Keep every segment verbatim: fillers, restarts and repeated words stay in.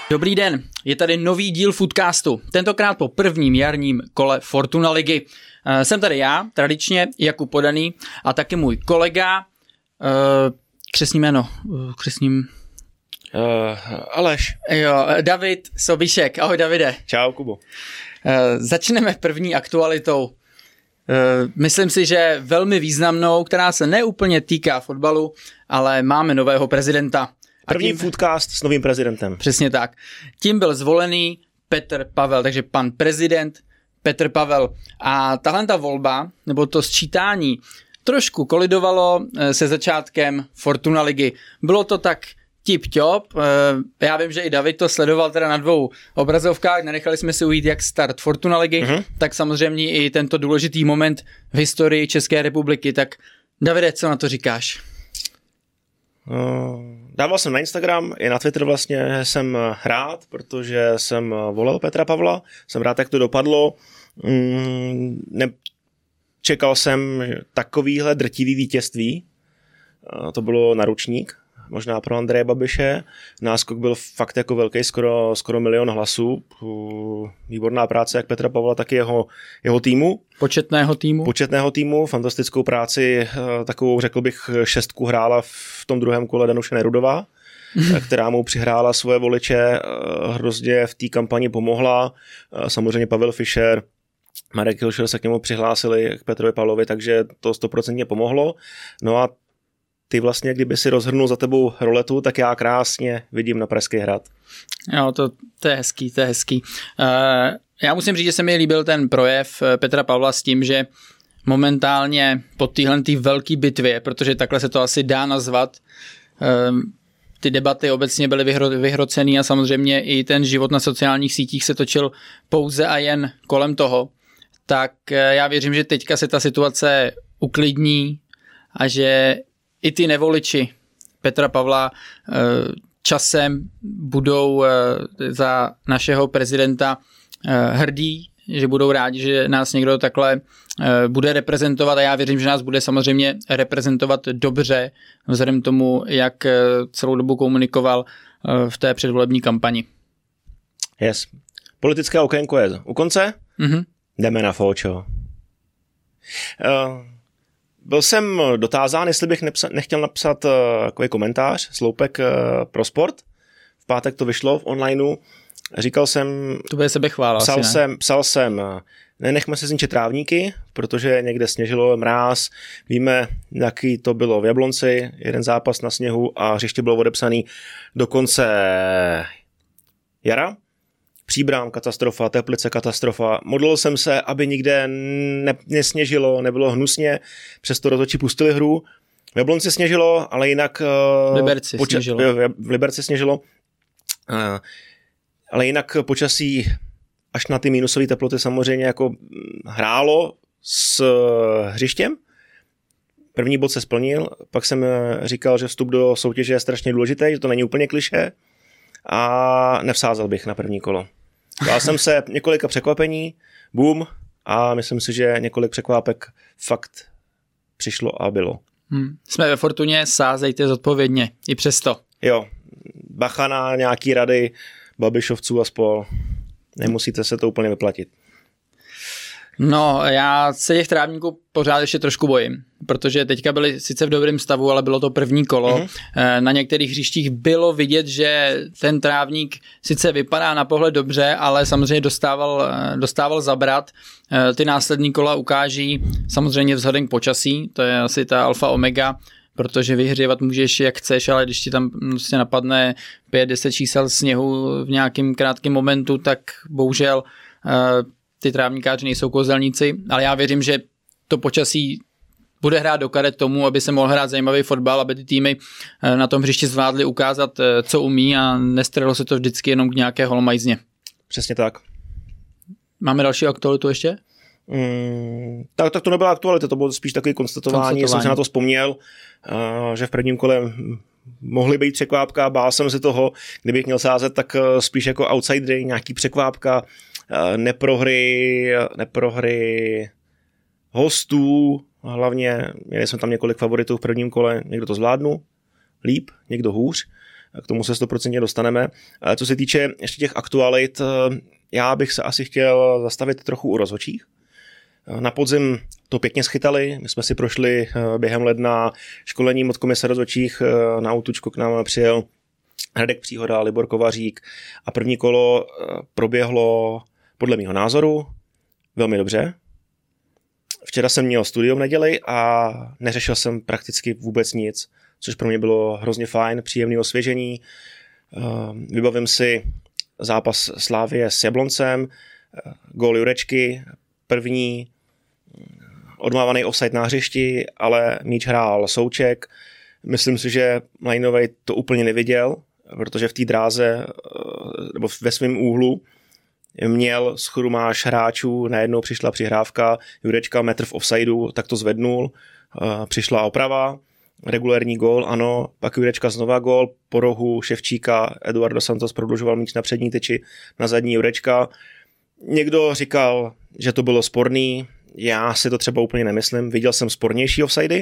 Dobrý den, je tady nový díl Foodcastu, tentokrát po prvním jarním kole Fortuna ligy. E, jsem tady já, tradičně Jakub Podaný a taky můj kolega, e, křestní jméno, křestním... Uh, Aleš. Jo, David Sobišek, ahoj Davide. Čau Kubo. E, začneme první aktualitou. E, myslím si, že velmi významnou, která se neúplně týká fotbalu, ale máme nového prezidenta. První tím, Foodcast s novým prezidentem. Přesně tak. Tím byl zvolený Petr Pavel, takže pan prezident Petr Pavel. A tahle ta volba, nebo to sčítání, trošku kolidovalo se začátkem Fortuna ligy. Bylo to tak tip-top. Já vím, že i David to sledoval teda na dvou obrazovkách, nenechali jsme si ujít jak start Fortuna ligy, mm-hmm. tak samozřejmě i tento důležitý moment v historii České republiky. Tak Davide, co na to říkáš? Uh, dával jsem na Instagram i na Twitter vlastně, jsem rád, protože jsem volil Petra Pavla, jsem rád, jak to dopadlo. Mm, ne, čekal jsem takovýhle drtivý vítězství, uh, to bylo na ručník, možná pro Andreje Babiše. Náskok byl fakt jako velký, skoro, skoro milion hlasů. Uh, výborná práce jak Petra Pavla, tak i jeho, jeho týmu. Početného týmu. Početného týmu, fantastickou práci, takovou řekl bych šestku hrála v tom druhém kole Danuše Nerudová, která mu přihrála svoje voliče, hrozně v té kampani pomohla. Samozřejmě Pavel Fischer, Marek Hilšer se k němu přihlásili, k Petrovi Pavlovi, takže to stoprocentně pomohlo. No a ty vlastně, kdyby si rozhrnul za tebou roletu, tak já krásně vidím na Pražský hrad. Jo, to, to je hezký, to je hezký. Uh, já musím říct, že se mi líbil ten projev Petra Pavla s tím, že momentálně po téhle tý velký bitvě, protože takhle se to asi dá nazvat, uh, ty debaty obecně byly vyhro, vyhrocený a samozřejmě i ten život na sociálních sítích se točil pouze a jen kolem toho, tak uh, já věřím, že teďka se ta situace uklidní a že i ty nevoliči Petra Pavla časem budou za našeho prezidenta hrdí, že budou rádi, že nás někdo takhle bude reprezentovat a já věřím, že nás bude samozřejmě reprezentovat dobře, vzhledem tomu, jak celou dobu komunikoval v té předvolební kampani. Yes. Politické okénko je u konce? Mm-hmm. Jdeme na Fočo. Uh... Byl jsem dotázán, jestli bych nepsa, nechtěl napsat uh, takový komentář, sloupek uh, pro sport. V pátek to vyšlo v onlineu. Říkal jsem... To bude sebechvála. Psal jsem, psal jsem, nenechme se zničit trávníky, protože někde sněžilo, mráz. Víme, jaký to bylo v Jablonci, jeden zápas na sněhu a hřiště bylo odepsaný do konce jara. Příbram katastrofa, Teplice katastrofa. Modlil jsem se, aby nikde ne, nesněžilo, nebylo hnusně, přesto rozhodčí pustili hru. V Jablonci sněžilo, ale jinak... V Liberci poča- sněžilo. V Liberci sněžilo. Ale jinak počasí až na ty minusové teploty samozřejmě jako hrálo s hřištěm. První bod se splnil, pak jsem říkal, že vstup do soutěže je strašně důležitý, že to není úplně klišé a nevsázel bych na první kolo. Dal jsem se několika překvapení, boom, a myslím si, že několik překvapek fakt přišlo a bylo. Hmm. Jsme ve Fortuně, sázejte zodpovědně, i přesto. Jo, bacha na nějaký rady Babišovců a spol. Nemusíte se to úplně vyplatit. No, já se těch trávníků pořád ještě trošku bojím, protože teďka byli sice v dobrém stavu, ale bylo to první kolo. Mm-hmm. Na některých hřištích bylo vidět, že ten trávník sice vypadá na pohled dobře, ale samozřejmě dostával, dostával zabrat. Ty následní kola ukáží samozřejmě vzhledem k počasí, to je asi ta alfa omega, protože vyhřívat můžeš jak chceš, ale když ti tam prostě napadne pět deset čísel sněhu v nějakém krátkém momentu, tak bohužel ty trávníkáři nejsou kouzelníci, ale já věřím, že to počasí bude hrát do karet tomu, aby se mohl hrát zajímavý fotbal, aby ty týmy na tom hřišti zvládly ukázat, co umí a nestrhlo se to vždycky jenom k nějaké holomajzně. Přesně tak. Máme další aktualitu ještě? Mm, tak, tak to nebyla aktualita, to bylo spíš takový konstatování, konstatování. Jsem se na to vzpomněl, uh, že v prvním kole mohly být překvápka, bál jsem se toho, kdybych měl sázet, tak uh, spíš jako outsidery, nějaký překvápka, uh, neprohry, neprohry hostů, hlavně měli jsme tam několik favoritů v prvním kole, někdo to zvládnu líp, někdo hůř. k tomu se sto procent dostaneme. Co se týče ještě těch aktualit, já bych se asi chtěl zastavit trochu u rozhodčích. Na podzim to pěkně schytali, my jsme si prošli během ledna školením od komise rozhodčích, na autůčko k nám přijel Radek Příhoda, Libor Kovařík a první kolo proběhlo podle mého názoru velmi dobře. Včera jsem měl studio v neděli a neřešil jsem prakticky vůbec nic, což pro mě bylo hrozně fajn, příjemné osvěžení. Vybavím si zápas Slávie s Jabloncem, gól Jurečky, první, odmávaný offside na hřišti, ale míč hrál Souček. Myslím si, že Mlejnovej to úplně neviděl, protože v té dráze, nebo ve svém úhlu, měl schrumáž hráčů, najednou přišla přihrávka, Jurečka metr v offsideu, tak to zvednul, přišla oprava, regulérní gól, ano, pak Jurečka znova gól, po rohu Ševčíka, Eduardo Santos prodlužoval míč na přední tyči, na zadní Jurečka. Někdo říkal, že to bylo sporný, já si to třeba úplně nemyslím, viděl jsem spornější offsidy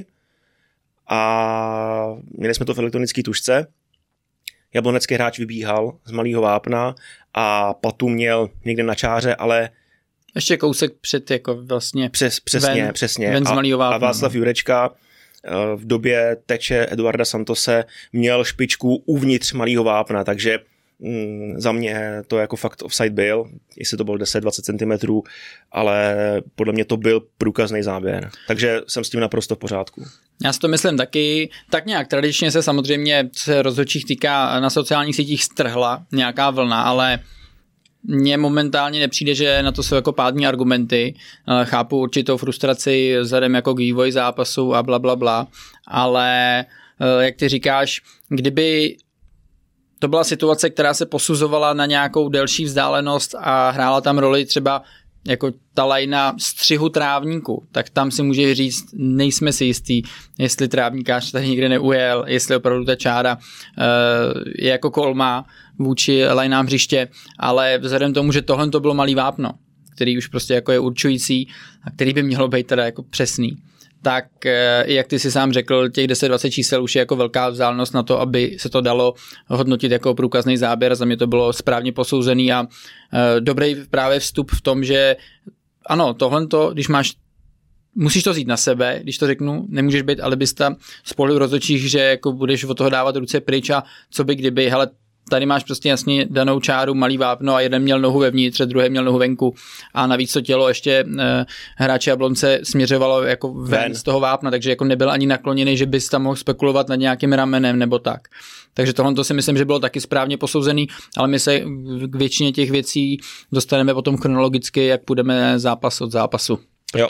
a měli jsme to v elektronické tužce. Jablonecký hráč vybíhal z malého vápna a patu měl někde na čáře, ale ještě kousek před jako vlastně Přes, přesně, ven, přesně. ven z malého vápna. A Václav Jurečka v době teče Eduarda Santose měl špičku uvnitř malého vápna, takže mm, za mě to jako fakt offside byl, jestli to bylo deset dvacet centimetrů, ale podle mě to byl průkazný záběr. Takže jsem s tím naprosto v pořádku. Já si to myslím taky, tak nějak tradičně se samozřejmě, co se rozhodčích týká, na sociálních sítích strhla nějaká vlna, ale mně momentálně nepřijde, že na to jsou jako pádní argumenty. Chápu určitou frustraci vzhledem jako k vývoji zápasu a bla, bla, bla, ale jak ty říkáš, kdyby to byla situace, která se posuzovala na nějakou delší vzdálenost a hrála tam roli třeba jako ta lajna střihu trávníku, tak tam si může říct, nejsme si jistí, jestli trávníkář tady nikde neujel, jestli opravdu ta čára uh, je jako kolma vůči lajnám hřiště, ale vzhledem tomu, že tohle to bylo malý vápno, který už prostě jako je určující a který by mělo být teda jako přesný, tak jak ty si sám řekl, těch deset dvacet čísel už je jako velká vzdálenost na to, aby se to dalo hodnotit jako průkazný záběr. Za mě to bylo správně posouzený a dobrý právě vstup v tom, že ano, tohle to, když máš, musíš to vzít na sebe, když to řeknu, nemůžeš být alibista z pohledu rozhodčích, že jako budeš od toho dávat ruce pryč a co by kdyby, hele, tady máš prostě jasně danou čáru, malý vápno a jeden měl nohu vevnitř, druhý měl nohu venku a navíc to tělo ještě e, hráče Jablonce směřovalo jako ven, ven z toho vápna, takže jako nebyl ani nakloněný, že bys tam mohl spekulovat nad nějakým ramenem nebo tak. Takže tohle to si myslím, že bylo taky správně posouzený, ale my se k většině těch věcí dostaneme potom chronologicky, jak půjdeme zápas od zápasu. Jo.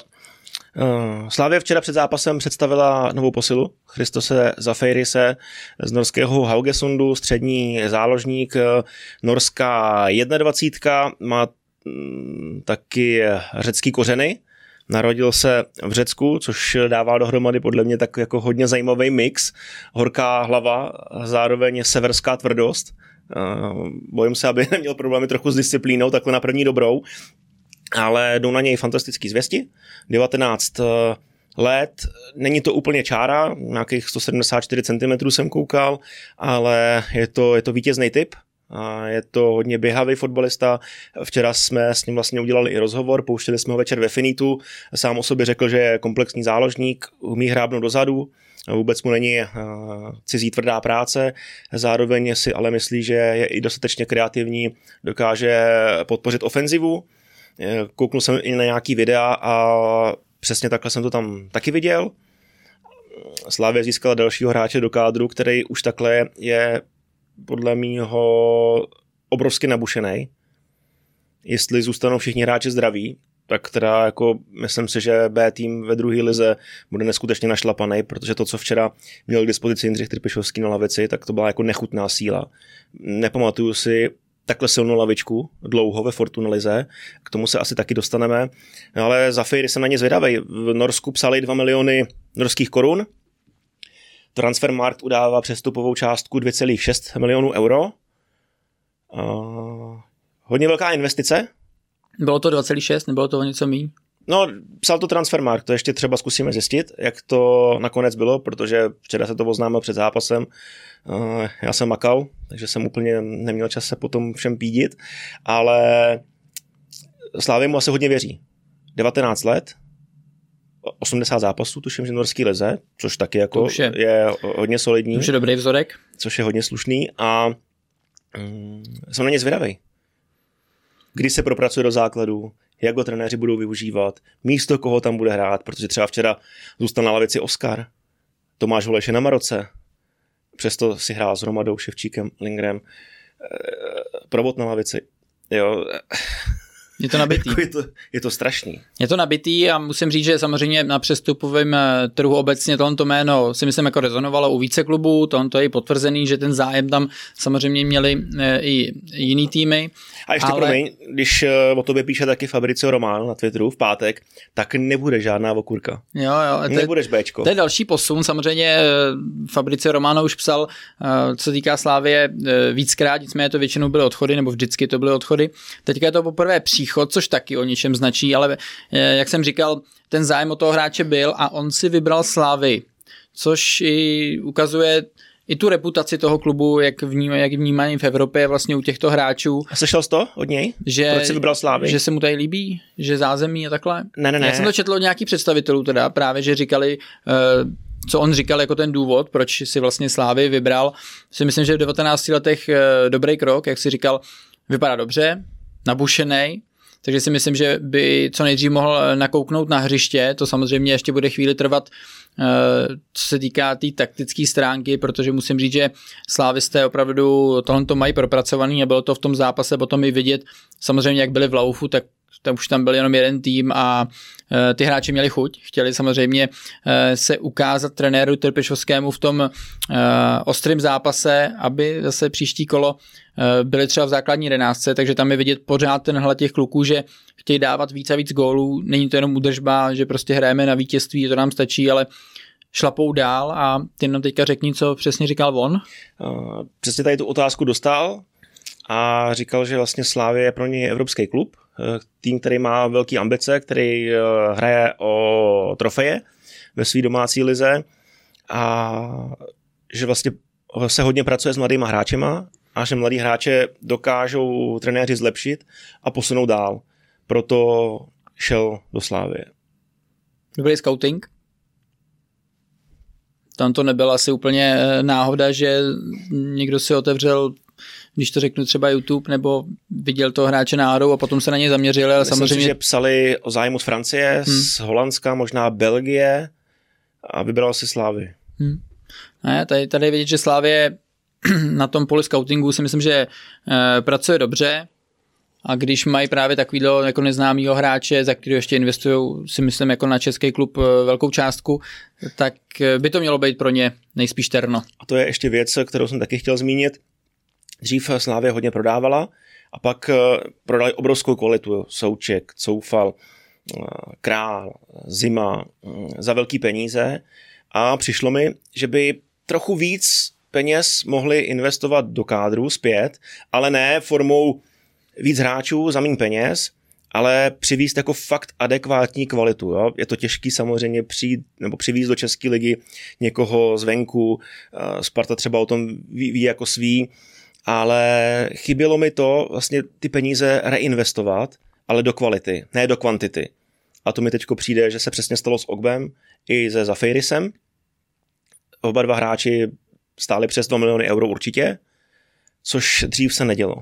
Slavia včera před zápasem představila novou posilu Christose Zafeirise z norského Haugesundu, střední záložník, norská jednadvacítka, má taky řecký kořeny, narodil se v Řecku, což dává dohromady podle mě tak jako hodně zajímavý mix, horká hlava, zároveň severská tvrdost. Bojím se, aby neměl problémy trochu s disciplínou, takhle na první dobrou. Ale jdou na něj fantastický zvěsti. devatenáct let, není to úplně čára, nějakých sto sedmdesát čtyři centimetrů jsem koukal, ale je to, je to vítězný typ. A je to hodně běhavý fotbalista. Včera jsme s ním vlastně udělali i rozhovor, pouštěli jsme ho večer ve Finitu. Sám o sobě řekl, že je komplexní záložník, umí hrábnout dozadu, vůbec mu není cizí tvrdá práce, zároveň si ale myslí, že je i dostatečně kreativní, dokáže podpořit ofenzivu. Kouknul jsem i na nějaký videa a přesně takhle jsem to tam taky viděl. Slavia získala dalšího hráče do kádru, který už takhle je podle mýho obrovsky nabušený. Jestli zůstanou všichni hráči zdraví, tak teda jako myslím si, že B tým ve druhé lize bude neskutečně našlapaný, protože to, co včera měl k dispozici Jindřich Trpišovský na lavici, tak to byla jako nechutná síla. Nepamatuju si takhle silnou lavičku dlouho ve Fortuna lize, k tomu se asi taky dostaneme, ale Zafeiry jsem na ně zvědavej. V Norsku psali dva miliony norských korun, Transfermarkt udává přestupovou částku dvě celá šest milionů euro. Uh, hodně velká investice. Bylo to dva celá šest, nebylo to o něco míň? No, psal to Transfermarkt, to ještě třeba zkusíme zjistit, jak to nakonec bylo, protože včera se to oznámil před zápasem. Já jsem makal, takže jsem úplně neměl čas se potom všem pídit, ale Slavii mu asi hodně věří. devatenáct let, osmdesát zápasů, tuším, že norský lize, což taky jako je, je hodně solidní. Už je dobrý vzorek. Což je hodně slušný a mm, jsem na ně zvědavej. Kdy se propracuje do základu, jak ho trenéři budou využívat, místo koho tam bude hrát, protože třeba včera zůstal na lavici Oskar, Tomáš Holeš je na Maroce, přesto si hrál s Hromadou, Ševčíkem, Lingrem, Provod na lavici. Jo. Je to nabitý. je, to, je to strašný. Je to nabitý a musím říct, že samozřejmě na přestupovém trhu obecně tohle jméno si myslím jako rezonovalo u více klubů, tohle je i potvrzený, že ten zájem tam samozřejmě měli i jiný týmy. A ještě ale... promiň, když o tobě píše taky Fabrizio Romano na Twitteru v pátek, tak nebude žádná okurka. Jo, jo. Nebudeš béčko. To je další posun, samozřejmě Fabrizio Romano už psal, co týká Slávie víckrát, nicméně to většinou byly odchody, nebo vždycky to byly odchody. Teďka je to poprvé příchod, což taky o něčem značí, ale jak jsem říkal, ten zájem o toho hráče byl a on si vybral Slávii, což i ukazuje i tu reputaci toho klubu, jak vnímají, jak vnímají v Evropě vlastně u těchto hráčů. A slyšel jsi to od něj? Že, Proč jsi vybral Slávii? Že se mu tady líbí, že zázemí a takhle. Ne, ne, ne. Já jsem to četl od nějakých představitelů teda, právě, že říkali, uh, co on říkal jako ten důvod, proč si vlastně Slávii vybral. Si myslím, že v devatenácti letech uh, dobrý krok, jak si říkal, vypadá dobře, nabušenej, takže si myslím, že by co nejdřív mohl nakouknout na hřiště, to samozřejmě ještě bude chvíli trvat, co se týká té tý taktické stránky, protože musím říct, že slávisté opravdu tohle to mají propracovaný a bylo to v tom zápase potom i vidět, samozřejmě jak byli v laufu, tak tam už tam byl jenom jeden tým a ty hráči měli chuť, chtěli samozřejmě se ukázat trenéru Trpišovskému v tom ostrém zápase, aby zase příští kolo byli třeba v základní jedenáctce, takže tam je vidět pořád ten hlad těch kluků, že chtějí dávat víc a víc gólů, není to jenom údržba, že prostě hrajeme na vítězství, to nám stačí, ale šlapou dál a ty nám teďka řekni, co přesně říkal on. Uh, přesně tady tu otázku dostal a říkal, že vlastně Slavie je pro něj evropský klub, tým, který má velký ambice, který hraje o trofeje ve své domácí lize a že vlastně se hodně pracuje s mladýma hráčema a že mladí hráče dokážou trenéři zlepšit a posunout dál. Proto šel do Slávie. Dobrý scouting? Tam to nebyla asi úplně náhoda, že někdo si otevřel, když to řeknu třeba YouTube, nebo viděl toho hráče náhodou a potom se na něj zaměřili. Ale Myslím samozřejmě... si, že psali o zájmu z Francie, hmm. z Holandska, možná Belgie a vybral si Slávy. Hmm. Ne, tady, tady je vidět, že Slávie na tom poli scoutingu si myslím, že e, pracuje dobře a když mají právě takovýhle jako neznámýho hráče, za který ještě investují, si myslím, jako na český klub velkou částku, tak by to mělo být pro ně nejspíš terno. A to je ještě věc, kterou jsem taky chtěl zmínit. Dřív Slávě hodně prodávala a pak prodali obrovskou kvalitu. Souček, Coufal, Král, Zima za velký peníze a přišlo mi, že by trochu víc peněz mohli investovat do kádru zpět, ale ne formou víc hráčů za méně peněz, ale přivést jako fakt adekvátní kvalitu. Jo? Je to těžký samozřejmě přijít nebo přivést do české ligy někoho zvenku, Sparta třeba o tom ví, ví jako svý, ale chybělo mi to vlastně ty peníze reinvestovat, ale do kvality, ne do kvantity. A to mi teďko přijde, že se přesně stalo s Ogbem i se Zafeirisem. Oba dva hráči stáli přes dva miliony euro určitě, což dřív se nedělo.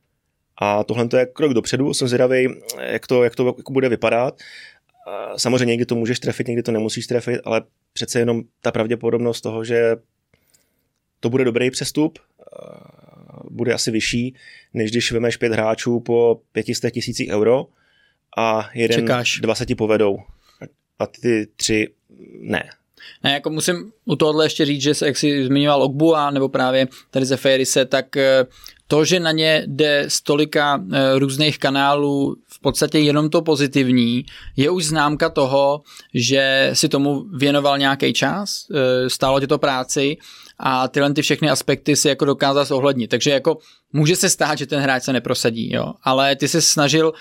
A tohle je krok dopředu, jsem zvědavý, jak to, jak to bude vypadat. Samozřejmě někdy to můžeš trefit, někdy to nemusíš trefit, ale přece jenom ta pravděpodobnost toho, že to bude dobrý přestup, bude asi vyšší, než když vemeš pět hráčů po pět set tisících euro a jeden, Čekáš. dva se ti povedou. A ty tři ne. Ne, jako musím u tohohle ještě říct, že se, jak jsi zmiňoval Ogbua, nebo právě tady ze Feirise, tak to, že na ně jde z tolika různých kanálů v podstatě jenom to pozitivní, je už známka toho, že si tomu věnoval nějaký čas, stálo tě to práci a tyhle ty všechny aspekty si jako dokázal zohlednit. Takže jako může se stát, že ten hráč se neprosadí, jo, ale ty se snažil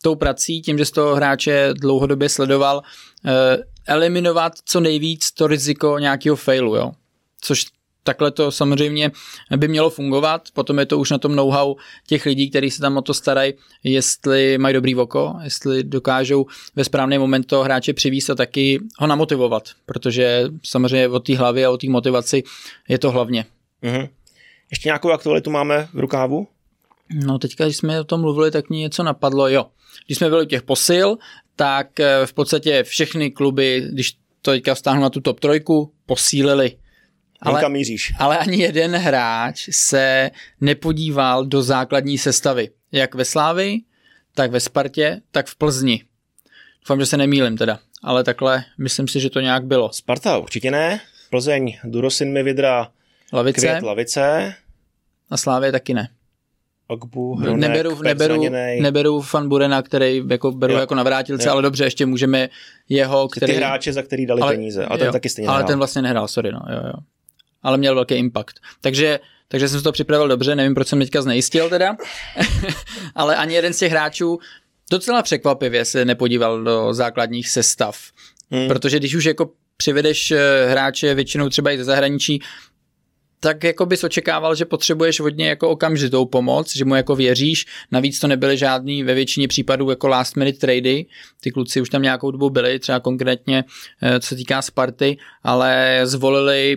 tou prací, tím, že jsi toho hráče dlouhodobě sledoval, eliminovat co nejvíc to riziko nějakého failu, jo. Což takhle to samozřejmě by mělo fungovat, potom je to už na tom know-how těch lidí, kteří se tam o to starají, jestli mají dobrý oko, jestli dokážou ve správný moment toho hráče přivést a taky ho namotivovat, protože samozřejmě o té hlavě a o té motivaci je to hlavně. Mm-hmm. Ještě nějakou aktualitu máme v rukávu? No teďka, když jsme o tom mluvili, tak mě něco napadlo, jo. Když jsme byli u těch posil, tak v podstatě všechny kluby, když to teďka vztáhnu na tu top trojku, posílili. Ale, ale ani jeden hráč se nepodíval do základní sestavy. Jak ve Slávii, tak ve Spartě, tak v Plzni. Doufám, že se nemýlim teda, ale takhle myslím si, že to nějak bylo. Sparta určitě ne, Plzeň, Durosin mi vydra, Lavice. Květ, Lavice. A Slávie taky ne. Ogbu, Hronek, neberu, neberu, neberu Van Burena, který jako beru jo. jako navrátilce, jo. ale dobře, ještě můžeme jeho, který... Ty hráče, za který dali ale, peníze, ale ten jo, taky stejně Ale nehrál. ten vlastně nehrál, sorry, no, jo, jo. Ale měl velký impact. Takže, takže jsem si to připravil dobře, nevím, proč jsem teďka znejistil teda, ale ani jeden z těch hráčů docela překvapivě se nepodíval do základních sestav, hmm. protože když už jako přivedeš hráče většinou třeba i ze zahraničí, tak jako bys očekával, že potřebuješ hodně jako okamžitou pomoc, že mu jako věříš, navíc to nebyly žádný ve většině případů jako last minute trady, ty kluci už tam nějakou dobu byli, třeba konkrétně co se týká Sparty, ale zvolili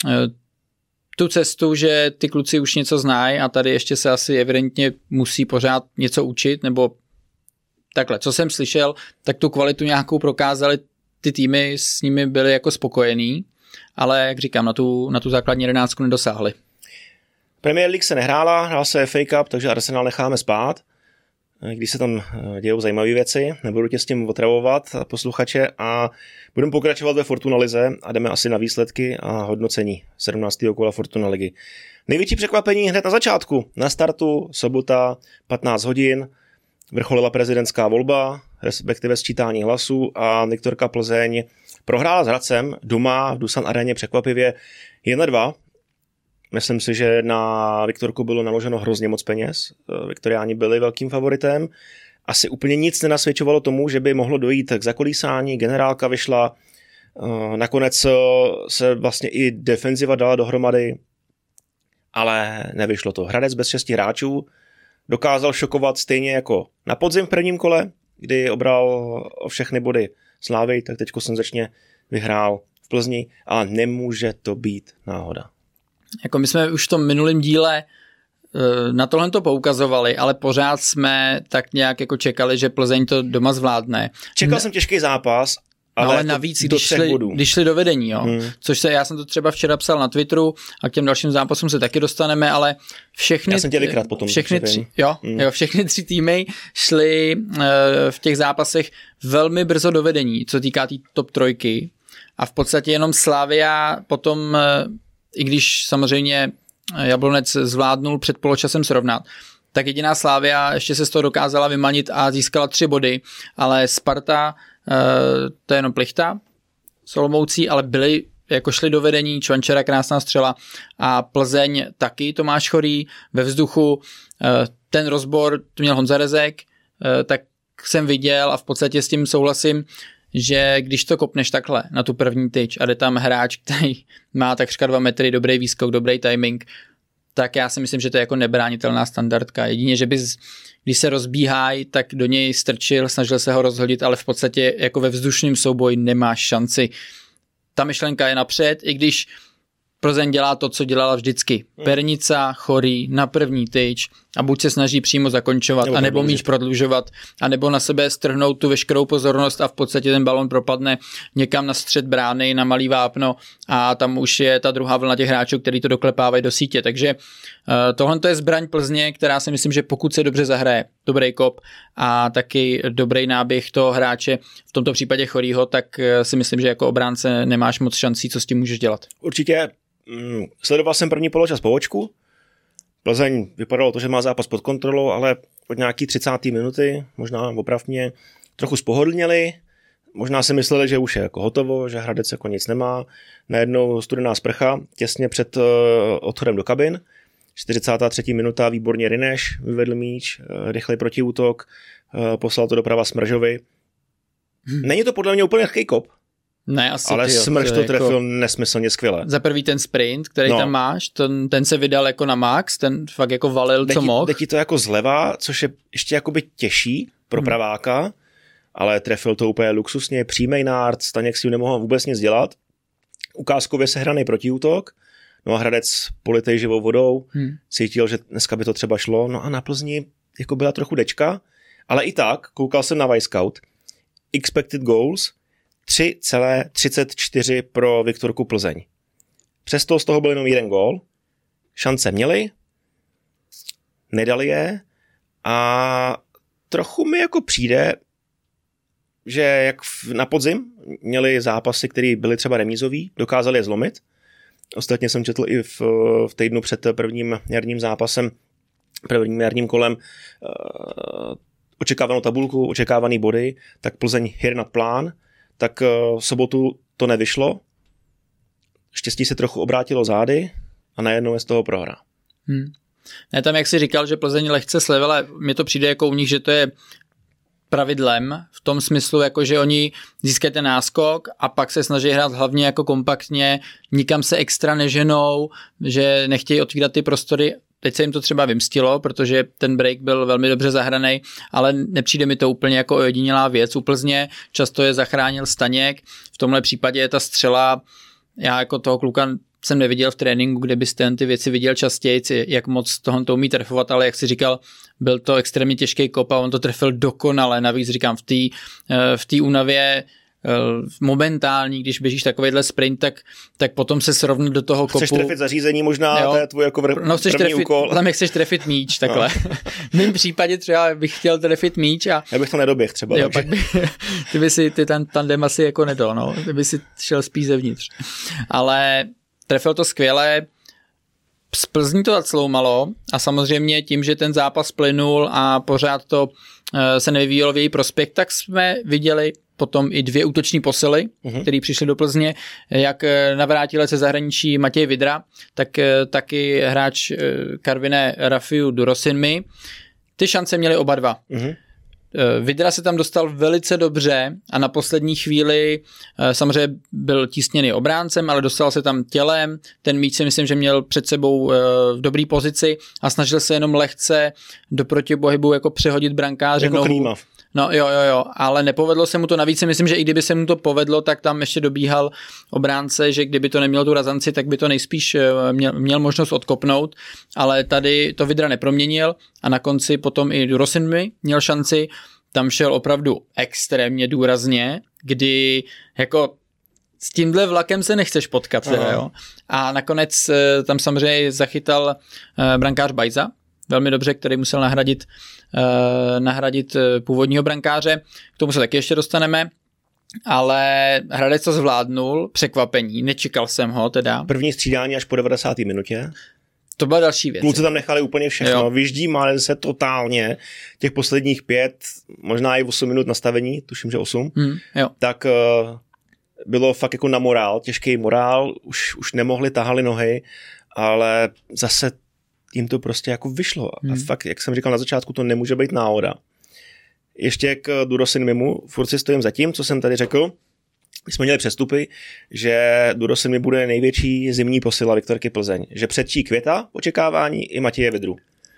tu cestu, že ty kluci už něco znají a tady ještě se asi evidentně musí pořád něco učit, nebo takhle, co jsem slyšel, tak tu kvalitu nějakou prokázali, ty týmy s nimi byly jako spokojený, ale jak říkám, na tu, na tu základní jedenáctku nedosáhli. Premier League se nehrála, hrál se F A Cup, takže Arsenal necháme spát, když se tam dějou zajímavé věci, nebudu tě s tím otravovat posluchače a budeme pokračovat ve Fortuna lize a jdeme asi na výsledky a hodnocení sedmnáctého kola Fortuna ligy. Největší překvapení hned na začátku, na startu, sobota, patnáct hodin, vrcholila prezidentská volba, respektive sčítání hlasů a Viktorka Plzeň prohrála s Hradcem doma v Dusan aréně překvapivě jedna dva. Myslím si, že na Viktorku bylo naloženo hrozně moc peněz. Viktoriáni byli velkým favoritem. Asi úplně nic nenasvědčovalo tomu, že by mohlo dojít k zakolísání. Generálka vyšla, nakonec se vlastně i defenziva dala dohromady, ale nevyšlo to. Hradec bez šesti hráčů dokázal šokovat stejně jako na podzim v prvním kole, kdy obral o všechny body Slávy, tak teďko senzačně vyhrál v Plzni a nemůže to být náhoda. Jako my jsme už v tom minulém díle na tohle to poukazovali, ale pořád jsme tak nějak jako čekali, že Plzeň to doma zvládne. Čekal ne... jsem těžký zápas, ale, ale navíc, když šli, když šli do vedení, jo. Hmm. Což se, já jsem to třeba včera psal na Twitteru a k těm dalším zápasům se taky dostaneme, ale všechny, já jsem tě vykrát potom, všechny, tři, jo, hmm. jo, všechny tři týmy šly uh, v těch zápasech velmi brzo do vedení, co týká té tý top trojky a v podstatě jenom Slavia potom, uh, i když samozřejmě Jablonec zvládnul před poločasem srovnat, tak jediná Slavia ještě se z toho dokázala vymanit a získala tři body, ale Sparta, to je jenom plichta s Olomoucí, ale byli, jako šli do vedení, Čvančera krásná střela a Plzeň taky, Tomáš Chorý ve vzduchu, ten rozbor, to měl Honza Rezek, tak jsem viděl a v podstatě s tím souhlasím, že když to kopneš takhle na tu první tyč a jde tam hráč, který má takřka dva metry, dobrý výskok, dobrý timing, tak já si myslím, že to je jako nebránitelná standardka. Jedině, že bys, když se rozbíhají, tak do něj strčil, snažil se ho rozhodit, ale v podstatě jako ve vzdušném souboji nemáš šanci. Ta myšlenka je napřed, i když Plzeň dělá to, co dělala vždycky. Pernica, Chorý, na první tyč a buď se snaží přímo zakončovat, nebo anebo míč prodlužovat, anebo na sebe strhnout tu veškerou pozornost a v podstatě ten balon propadne někam na střed brány, na malý vápno a tam už je ta druhá vlna těch hráčů, který to doklepávají do sítě. Takže uh, tohle je zbraň Plzně, která si myslím, že pokud se dobře zahraje, dobrý kop a taky dobrý náběh toho hráče, v tomto případě Chorýho, tak uh, si myslím, že jako obránce nemáš moc šancí, co s tím můžeš dělat. Určitě. Sledoval jsem první poločas po očku. Plzeň vypadalo to, že má zápas pod kontrolou, ale od nějaký třicáté minuty, možná oprav mě, trochu spohodlněli. Možná si mysleli, že už je jako hotovo, že Hradec jako nic nemá. Najednou studená sprcha těsně před uh, odchodem do kabin. čtyřicátá třetí minuta, výborně Rineš vyvedl míč, rychlej protiútok, poslal to doprava Smržovi. Hmm. Není to podle mě úplně lehký kop, ne, asi ale ty, Smrž to trefil jako nesmyslně skvěle. Za prvý ten sprint, který no. tam máš, ten, ten se vydal jako na max, ten fakt jako valil, jde co ti, mohl. Jde ti to jako zleva, což je ještě jakoby těžší pro praváka, hmm. ale trefil to úplně luxusně, přímej nárt, Staněk s tím nemohl vůbec nic dělat. Ukázkově sehraný protiútok, no a Hradec politej živou vodou, hmm. cítil, že dneska by to třeba šlo, no a na Plzni jako byla trochu dečka, ale i tak, koukal jsem na Wisecout, expected goals tři celá třicet čtyři pro Viktorku Plzeň. Přesto z toho byl jenom jeden gól, šance měli, nedali je a trochu mi jako přijde, že jak na podzim měli zápasy, které byly třeba remízový, dokázali je zlomit. Ostatně jsem četl i v, v týdnu před prvním jarním zápasem, prvním jarním kolem uh, očekávanou tabulku, očekávaný body, tak Plzeň hir nad plán, tak uh, v sobotu to nevyšlo. Štěstí se trochu obrátilo zády a najednou je z toho prohra. Hmm. Ne, tam jak jsi říkal, že Plzeň lehce slevila, mně to přijde jako u nich, že to je pravidlem v tom smyslu, jako že oni získají ten náskok a pak se snaží hrát hlavně jako kompaktně, nikam se extra neženou, že nechtějí otvírat ty prostory. Teď se jim to třeba vymstilo, protože ten break byl velmi dobře zahraný, ale nepřijde mi to úplně jako ojedinělá věc. U Plzně často je zachránil Staněk, v tomhle případě je ta střela, já jako toho kluka jsem neviděl v tréninku, kde bys ten ty věci viděl častěji, jak moc toho to umí trefovat, ale jak si říkal, byl to extrémně těžký kop a on to trefil dokonale. Navíc říkám, v té v té únavě momentální, když běžíš takovýhle sprint, tak, tak potom se srovnat do toho kopu. Chceš trefit zařízení možná, jo, to je tvůj jako vr- no, chceš první trefit, úkol. Tam chceš trefit míč, takhle. No. V mém případě třeba bych chtěl trefit míč a... Já bych to nedoběh třeba. Jo, pak by, ty by si ty ten tandem asi jako nedal, no. Ty by si šel spíš zevnitř. Ale trefil to skvěle, z Plzní to zacloumalo a samozřejmě tím, že ten zápas plynul a pořád to se nevyvíjelo v její prospěch, tak jsme viděli potom i dvě útoční posily, uh-huh. které přišly do Plzně, jak navrátilec ze zahraničí Matěj Vidra, tak taky hráč Karviné Rafiu Durosinmi. Ty šance měli oba dva. Uh-huh. Vidra se tam dostal velice dobře a na poslední chvíli samozřejmě byl tísněný obráncem, ale dostal se tam tělem, ten míč si myslím, že měl před sebou v dobrý pozici a snažil se jenom lehce do protipohybu jako přehodit brankáře jako nohu. Klímav. No jo, jo, jo, ale nepovedlo se mu to, navíc si myslím, že i kdyby se mu to povedlo, tak tam ještě dobíhal obránce, že kdyby to nemělo tu razanci, tak by to nejspíš měl, měl možnost odkopnout, ale tady to Vidra neproměnil a na konci potom i Durosinmi měl šanci, tam šel opravdu extrémně důrazně, kdy jako s tímhle vlakem se nechceš potkat, teda, jo. A nakonec tam samozřejmě zachytal brankář Bajza, velmi dobře, který musel nahradit, uh, nahradit původního brankáře. K tomu se taky ještě dostaneme. Ale Hradec to zvládnul, překvapení, nečekal jsem ho teda. První střídání až po devadesáté minutě. To byla další věc. Kluci tam nechali úplně všechno, vyždí má se totálně těch posledních pět, možná i osm minut nastavení, tuším, že osm, hmm, jo. tak uh, bylo fakt jako na morál, těžký morál, už, už nemohli, tahali nohy, ale zase jim to prostě jako vyšlo. Hmm. A fakt, jak jsem říkal na začátku, to nemůže být náhoda. Ještě k Durosinmimu, furt si stojím za tím, co jsem tady řekl. My jsme měli přestupy, že Durosinmi bude největší zimní posila Viktorky Plzeň. Že předčí Květa očekávání i Matěje Vidru.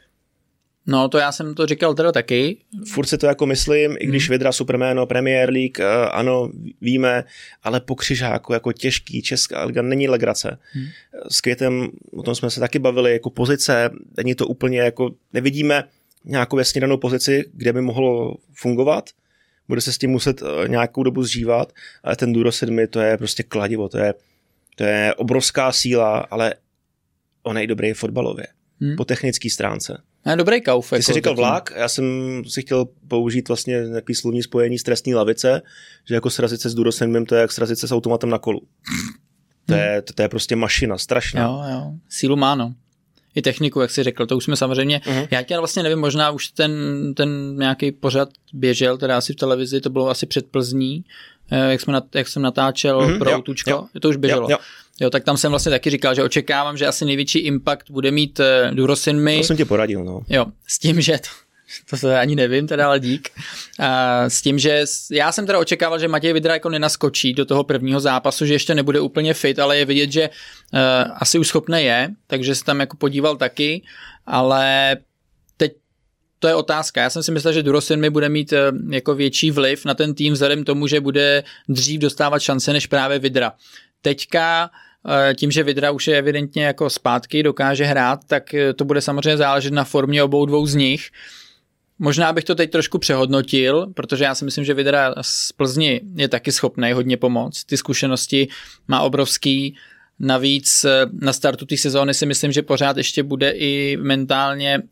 No to já jsem to říkal teda taky. Furt si to jako myslím, i když hmm. Vidra superméno, Premier League, ano, víme, ale po křižáku jako těžký, česká liga není legrace. Hmm. S Květem, o tom jsme se taky bavili, jako pozice, není to úplně jako, nevidíme nějakou jasně danou pozici, kde by mohlo fungovat, bude se s tím muset nějakou dobu zžívat, ale ten Durosinmi, to je prostě kladivo, to je, to je obrovská síla, ale on je dobrý fotbalově, hmm. po technické stránce. Je dobrý kauf. Ty jako jsi říkal vlak, já jsem si chtěl použít vlastně nějaký slovní spojení z trestní lavice, že jako srazit se s Durosinmem, to je jak srazit se s automatem na kolu. To je, hmm. to, to je prostě mašina, strašná. Jo, jo, sílu má, no. I techniku, jak jsi řekl, to už jsme samozřejmě, uh-huh. já tě vlastně nevím, možná už ten, ten nějaký pořad běžel, teda asi v televizi, to bylo asi před Plzní, jak, jsme nat, jak jsem natáčel uh-huh, pro jo, Outučko, jo, to už běželo. Jo, jo. jo, tak tam jsem vlastně taky říkal, že očekávám, že asi největší impact bude mít uh, Durosinmi. To jsem ti poradil, no. Jo, s tím, že to, to se ani nevím, teda, ale dík. Uh, s tím, že já jsem teda očekával, že Matěj Vydra jako nenaskočí do toho prvního zápasu, že ještě nebude úplně fit, ale je vidět, že uh, asi už schopný je, takže se tam jako podíval taky, ale teď to je otázka. Já jsem si myslel, že Durosinmi bude mít uh, jako větší vliv na ten tým vzhledem tomu, že bude dřív dostávat šance než právě Vydra. Teďka uh, tím, že Vydra už je evidentně jako zpátky, dokáže hrát, tak uh, to bude samozřejmě záležet na formě obou dvou z nich. Možná bych to teď trošku přehodnotil, protože já si myslím, že Vydra z Plzni je taky schopný hodně pomoct. Ty zkušenosti má obrovský. Navíc na startu té sezóny si myslím, že pořád ještě bude i mentálně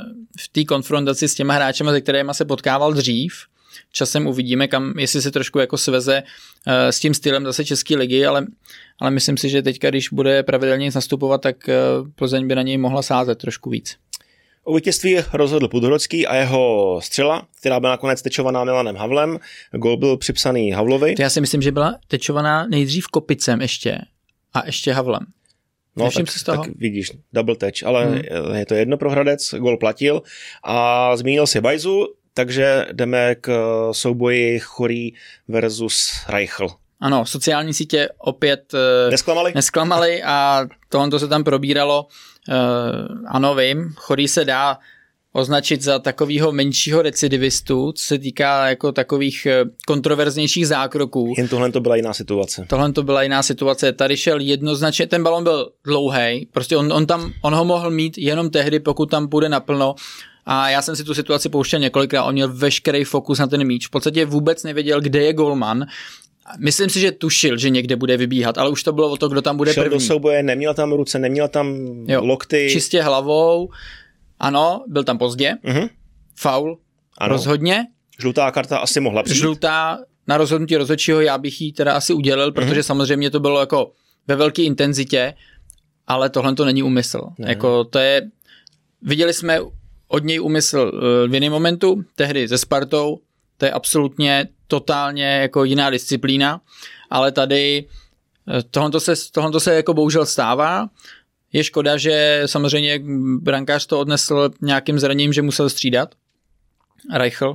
v té konfrontaci s těma hráčema, se kterými se potkával dřív. Časem uvidíme, kam, jestli se trošku jako sveze s tím stylem zase České ligy, ale, ale myslím si, že teďka, když bude pravidelně nastupovat, tak Plzeň by na něj mohla sázet trošku víc. O vítězství rozhodl Podhorodský a jeho střela, která byla nakonec tečovaná Milanem Havlem. Gól byl připsaný Havlovi. To já si myslím, že byla tečovaná nejdřív Kopicem ještě a ještě Havlem. No tak, si z toho? tak vidíš, double touch, ale hmm. je to jedno pro Hradec, gól platil a zmínil si Bajzu, takže jdeme k souboji Chorý versus Reichl. Ano, sociální sítě opět nesklamali, nesklamali a tohle se tam probíralo. Uh, ano, vím, Chorý se dá označit za takového menšího recidivistu, co se týká jako takových kontroverznějších zákroků. Jen tohle to byla jiná situace. Tohle to byla jiná situace. Tady šel jednoznačně, ten balon byl dlouhej, prostě on, on tam, on ho mohl mít jenom tehdy, pokud tam půjde naplno. A já jsem si tu situaci pouštěl několikrát, on měl veškerý fokus na ten míč. V podstatě vůbec nevěděl, kde je golman. Myslím si, že tušil, že někde bude vybíhat, ale už to bylo o to, kdo tam bude Šel první. do souboje, neměl tam ruce, neměl tam jo, lokty. Čistě hlavou, ano, byl tam pozdě, uh-huh. Faul, ano. Rozhodně. Žlutá karta asi mohla přijít. Žlutá na rozhodnutí rozhodčího, já bych ji teda asi udělil, protože uh-huh. samozřejmě to bylo jako ve velké intenzitě, ale tohle to není úmysl. Ne. Jako to je, viděli jsme od něj úmysl v jiném momentu, tehdy se Spartou, to je absolutně totálně jako jiná disciplína, ale tady tohle se, tohle se jako bohužel stává. Je škoda, že samozřejmě brankář to odnesl nějakým zraněním, že musel střídat. Reichl.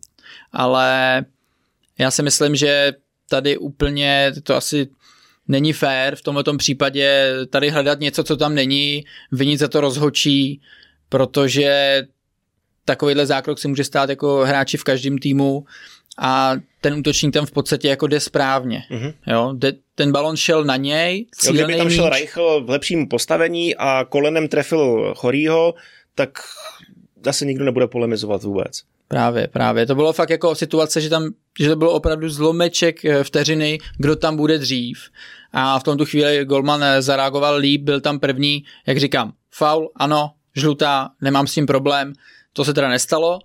Ale já si myslím, že tady úplně to asi není fér v tomto případě tady hledat něco, co tam není, vinit za to rozhodčí, protože takovýhle zákrok si může stát jako hráči v každém týmu a ten útočník tam v podstatě jako jde správně. Mm-hmm. Jo, de, ten balon šel na něj, jo, kdyby tam šel Reichl v lepším postavení a kolenem trefil Chorýho, tak zase nikdo nebude polemizovat vůbec. Právě, právě. To bylo fakt jako situace, že tam, že to bylo opravdu zlomeček vteřiny, kdo tam bude dřív. A v tomto chvíli golman zareagoval líp, byl tam první, jak říkám, faul, ano, žlutá, nemám s tím problém. To se teda nestalo,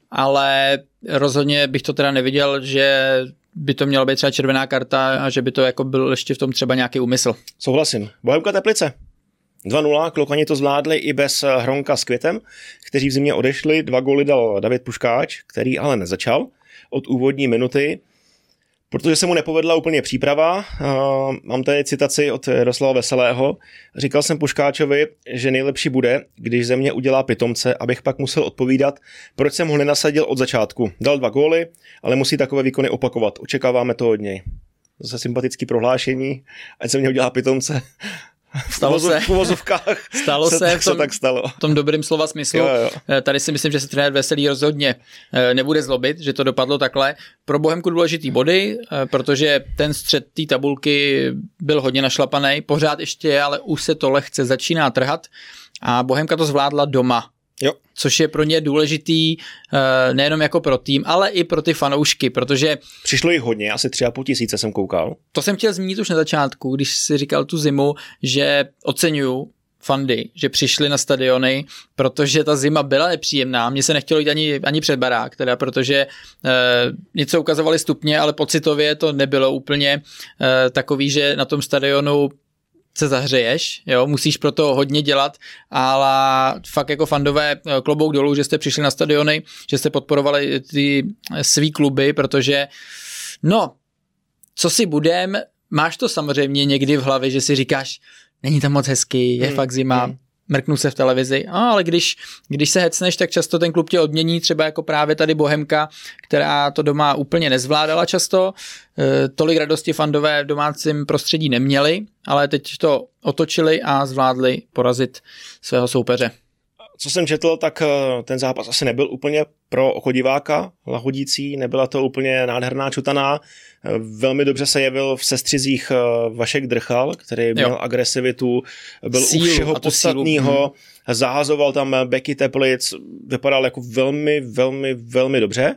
ale rozhodně bych to teda neviděl, že by to měla být třeba červená karta a že by to jako byl ještě v tom třeba nějaký úmysl. Souhlasím. Bohemka Teplice. dva nula, Klokani to zvládli i bez Hronka s Květem, kteří v zimě odešli. Dva góly dal David Puškáč, který ale nezačal od úvodní minuty, protože se mu nepovedla úplně příprava. Mám tady citaci od Jaroslava Veselého. Říkal jsem Puškáčovi, že nejlepší bude, když ze mě udělá pitomce, abych pak musel odpovídat, proč jsem ho nenasadil od začátku. Dal dva góly, ale musí takové výkony opakovat. Očekáváme to od něj. Zase sympatické prohlášení, ať se mě udělá pitomce. Stalo se. V uvozovkách stalo se, se v tom, tak stalo. v tom dobrým slova smyslu. Jo, jo. Tady si myslím, že se trenér Veselý rozhodně nebude zlobit, že to dopadlo takhle. Pro Bohemku důležitý body, protože ten střed té tabulky byl hodně našlapaný, pořád ještě, ale už se to lehce začíná trhat a Bohemka to zvládla doma. Jo. Což je pro ně důležitý nejenom jako pro tým, ale i pro ty fanoušky, protože... Přišlo jich hodně, asi tři a půl tisíce jsem koukal. To jsem chtěl zmínit už na začátku, když si říkal tu zimu, že oceňuju fandy, že přišli na stadiony, protože ta zima byla nepříjemná. Mně se nechtělo jít ani, ani před barák, teda, protože e, něco ukazovali stupně, ale pocitově to nebylo úplně e, takový, že na tom stadionu se zahřeješ, jo, musíš pro to hodně dělat, ale fakt jako fandové klobouk dolů, že jste přišli na stadiony, že jste podporovali ty svý kluby, protože no, co si budem, máš to samozřejmě někdy v hlavě, že si říkáš, není tam moc hezky, je hmm. fakt zima, hmm. mrknu se v televizi, no, ale když, když se hecneš, tak často ten klub tě odmění, třeba jako právě tady Bohemka, která to doma úplně nezvládala často, e, tolik radosti fandové v domácím prostředí neměli, ale teď to otočili a zvládli porazit svého soupeře. Co jsem četl, tak ten zápas asi nebyl úplně pro oko diváka lahodící, nebyla to úplně nádherná čutaná. Velmi dobře se jevil v sestřizích Vašek Drchal, který měl jo. agresivitu, byl sílu, u všeho podstatného, zahazoval tam beky Teplic, vypadal jako velmi, velmi, velmi dobře.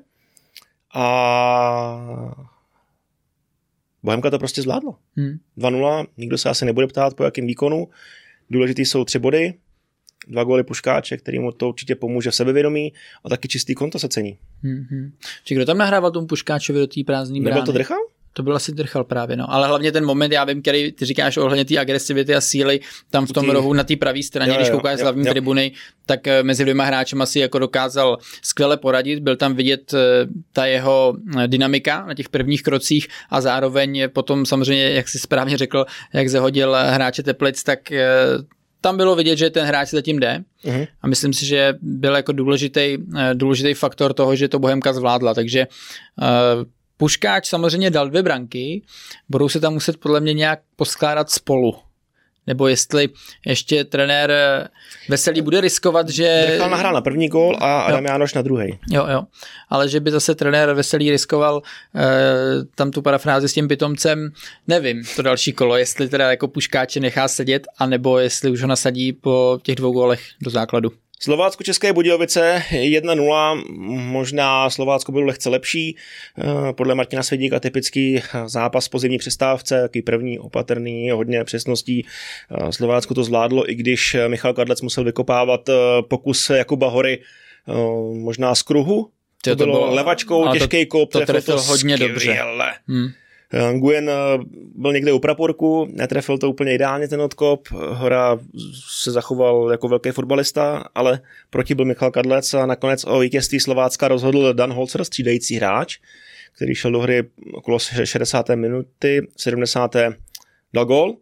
A Bohemka to prostě zvládla. Hmm. dva nula, nikdo se asi nebude ptát, po jakém výkonu. Důležitý jsou tři body, dva góly Puškáče, který mu to určitě pomůže v sebevědomí a taky čistý konto se cení. Hmm. Či kdo tam nahrával tomu Puškáčovi do té prázdné brány? Nebyl to Drchal? To byl asi Drchal právě, no. Ale hlavně ten moment, já vím, který ty říkáš ohledně té agresivity a síly, tam v tom tý... rohu na té pravé straně, jo, když koukáš z hlavní jo. tribuny, tak mezi dvěma hráčem asi jako dokázal skvěle poradit, byl tam vidět ta jeho dynamika na těch prvních krocích a zároveň potom samozřejmě, jak jsi správně řekl, jak zahodil hráče Teplic, tak tam bylo vidět, že ten hráč zatím jde uh-huh. a myslím si, že byl jako důležitý, důležitý faktor toho, že to Bohemka zvládla, takže uh, Puškáč samozřejmě dal dvě branky, budou se tam muset podle mě nějak poskládat spolu. Nebo jestli ještě trenér Veselý bude riskovat, že... Drchal nahrál na první gól a Adam jo. Jánoš na druhý. Jo, jo. Ale že by zase trenér Veselý riskoval eh, tam tu parafrázi s tím pitomcem, nevím, to další kolo, jestli teda jako Puškáče nechá sedět, anebo jestli už ho nasadí po těch dvou gólech do základu. Slovácko-České Budějovice jedna nula, možná Slovácko bylo lehce lepší, podle Martina Svědíka typický zápas po zimní přestávce, takový první opatrný, hodně přesností. Slovácko to zvládlo, i když Michal Kadlec musel vykopávat pokus Jakuba Hory možná z kruhu. To, to bylo, bylo levačkou, těžký kop, to trefil to hodně dobře. Hmm. Nguyen byl někde u praporku, netrefil to úplně ideálně ten odkop, Hora se zachoval jako velký fotbalista, ale proti byl Michal Kadlec a nakonec o vítězství Slovácka rozhodl Dan Holzer, střídající hráč, který šel do hry okolo šedesáté minuty, sedmdesáté dal gól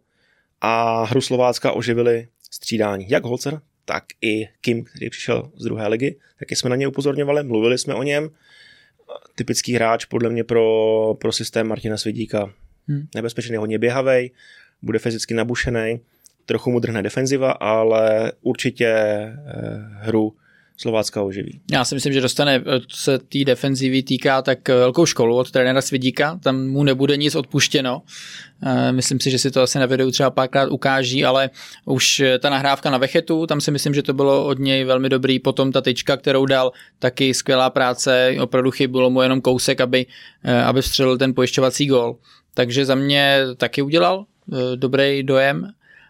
a hru Slovácka oživili střídání. Jak Holzer, tak i Kim, který přišel z druhé ligy, taky jsme na něj upozorňovali, mluvili jsme o něm. Typický hráč podle mě pro, pro systém Martina Svědíka. Hmm. Nebezpečný, hodně běhavej, bude fyzicky nabušený, trochu mu drhne defenziva, ale určitě eh, hru Slovácka oživí. Já si myslím, že dostane, co se té defenzivy týká, tak velkou školu od trenéra Svědíka, tam mu nebude nic odpuštěno. Myslím si, že si to asi na videu třeba párkrát ukáží, ale už ta nahrávka na Vechetu, tam si myslím, že to bylo od něj velmi dobrý. Potom ta tyčka, kterou dal, taky skvělá práce, opravdu chybilo mu jenom kousek, aby, aby vstřelil ten pojišťovací gól. Takže za mě taky udělal dobrý dojem.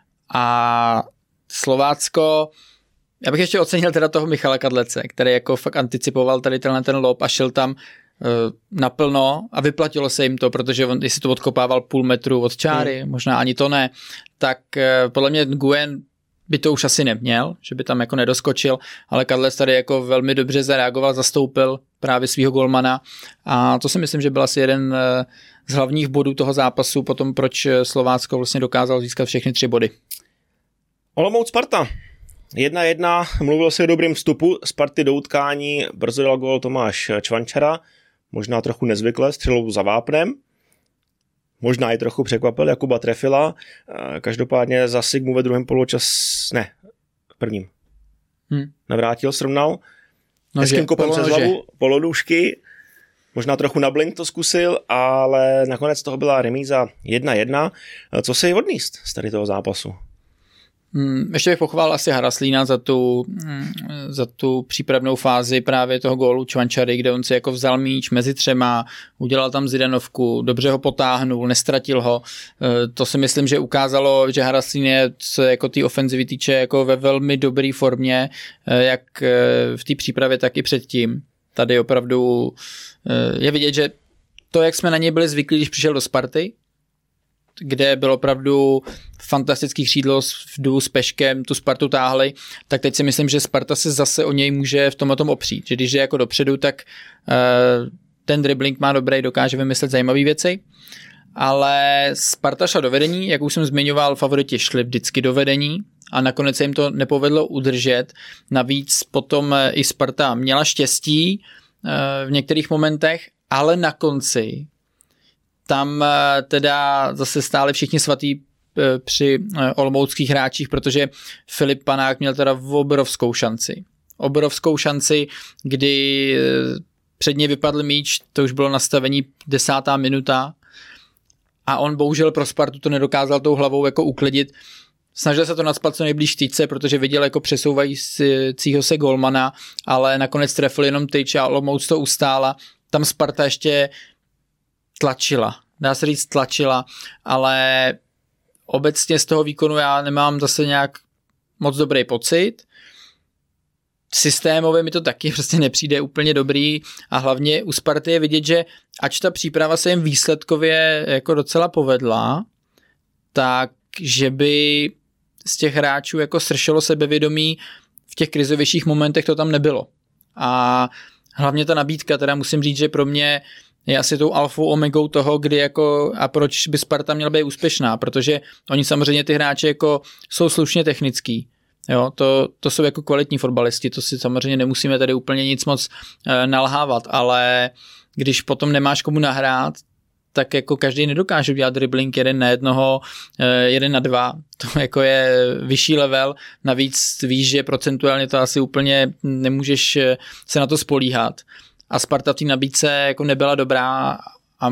A Slovácko, já bych ještě ocenil teda toho Michala Kadlece, který jako fakt anticipoval tady tenhle ten lob a šel tam uh, naplno a vyplatilo se jim to, protože on, jestli to odkopával půl metru od čáry, hmm. možná ani to ne, tak uh, podle mě Nguyen by to už asi neměl, že by tam jako nedoskočil, ale Kadlec tady jako velmi dobře zareagoval, zastoupil právě svýho golmana a to si myslím, že byl asi jeden uh, z hlavních bodů toho zápasu, potom proč Slovácko vlastně dokázalo získat všechny tři body. Olomouc Sparta. Jedna jedna, mluvil si o dobrým vstupu Sparty do utkání, brzo dal gól Tomáš Čvančara, možná trochu nezvykle, střelou za vápnem, možná i trochu překvapil Jakuba Trefila, každopádně za Sigmu ve druhém poločas, ne, v prvním, hmm. navrátil, srovnal, hezkým kopem přes hlavu, polonůžky, možná trochu na blink to zkusil, ale nakonec toho byla remíza jedna jedna. Co si odníst z tady toho zápasu? Hmm, ještě bych pochválil asi Haraslína za tu, za tu přípravnou fázi právě toho gólu Čvančary, kde on si jako vzal míč mezi třema, udělal tam Zidanovku, dobře ho potáhnul, nestratil ho. To si myslím, že ukázalo, že Haraslín je, co jako té ofenzivy týče, jako ve velmi dobré formě, jak v té přípravě, tak i předtím. Tady opravdu je vidět, že to, jak jsme na něj byli zvyklí, když přišel do Sparty, kde bylo opravdu fantastický křídlo v s Peškem, tu Spartu táhli, tak teď si myslím, že Sparta se zase o něj může v tomhle tom opřít. Že když je jako dopředu, tak uh, ten dribbling má dobrý, dokáže vymyslet zajímavé věci. ale Sparta šla do vedení, jak už jsem zmiňoval, favoriti šli vždycky do vedení a nakonec se jim to nepovedlo udržet. Navíc potom i Sparta měla štěstí v některých momentech, ale na konci tam teda zase stáli všichni svatý při olomouckých hráčích, protože Filip Panák měl teda obrovskou šanci. Obrovskou šanci, kdy před něj vypadl míč, to už bylo nastavení desátá minuta a on bohužel pro Spartu to nedokázal tou hlavou jako uklidit. Snažil se to nacpat co nejblíž tyčce, protože viděl jako přesouvajícího se golmana, ale nakonec trefil jenom tyč a Olomouc to ustála. Tam Sparta ještě tlačila, dá se říct tlačila, ale obecně z toho výkonu já nemám zase nějak moc dobrý pocit. Systémově mi to taky prostě nepřijde úplně dobrý a hlavně u Sparty je vidět, že ač ta příprava se jim výsledkově jako docela povedla, tak že by z těch hráčů jako sršelo sebevědomí v těch krizovějších momentech to tam nebylo. A hlavně ta nabídka, teda musím říct, že pro mě je asi tou alfou omegou toho, kdy jako a proč by Sparta měla být úspěšná, protože oni samozřejmě ty hráči jako jsou slušně technický. Jo, to, to jsou jako kvalitní fotbalisti, to si samozřejmě nemusíme tady úplně nic moc e, nalhávat, ale když potom nemáš komu nahrát, tak jako každý nedokáže dělat dribbling jeden na jednoho, e, jeden na dva, to jako je vyšší level, navíc víš, že procentuálně to asi úplně nemůžeš se na to spolíhat. A Sparta v té nabídce jako nebyla dobrá a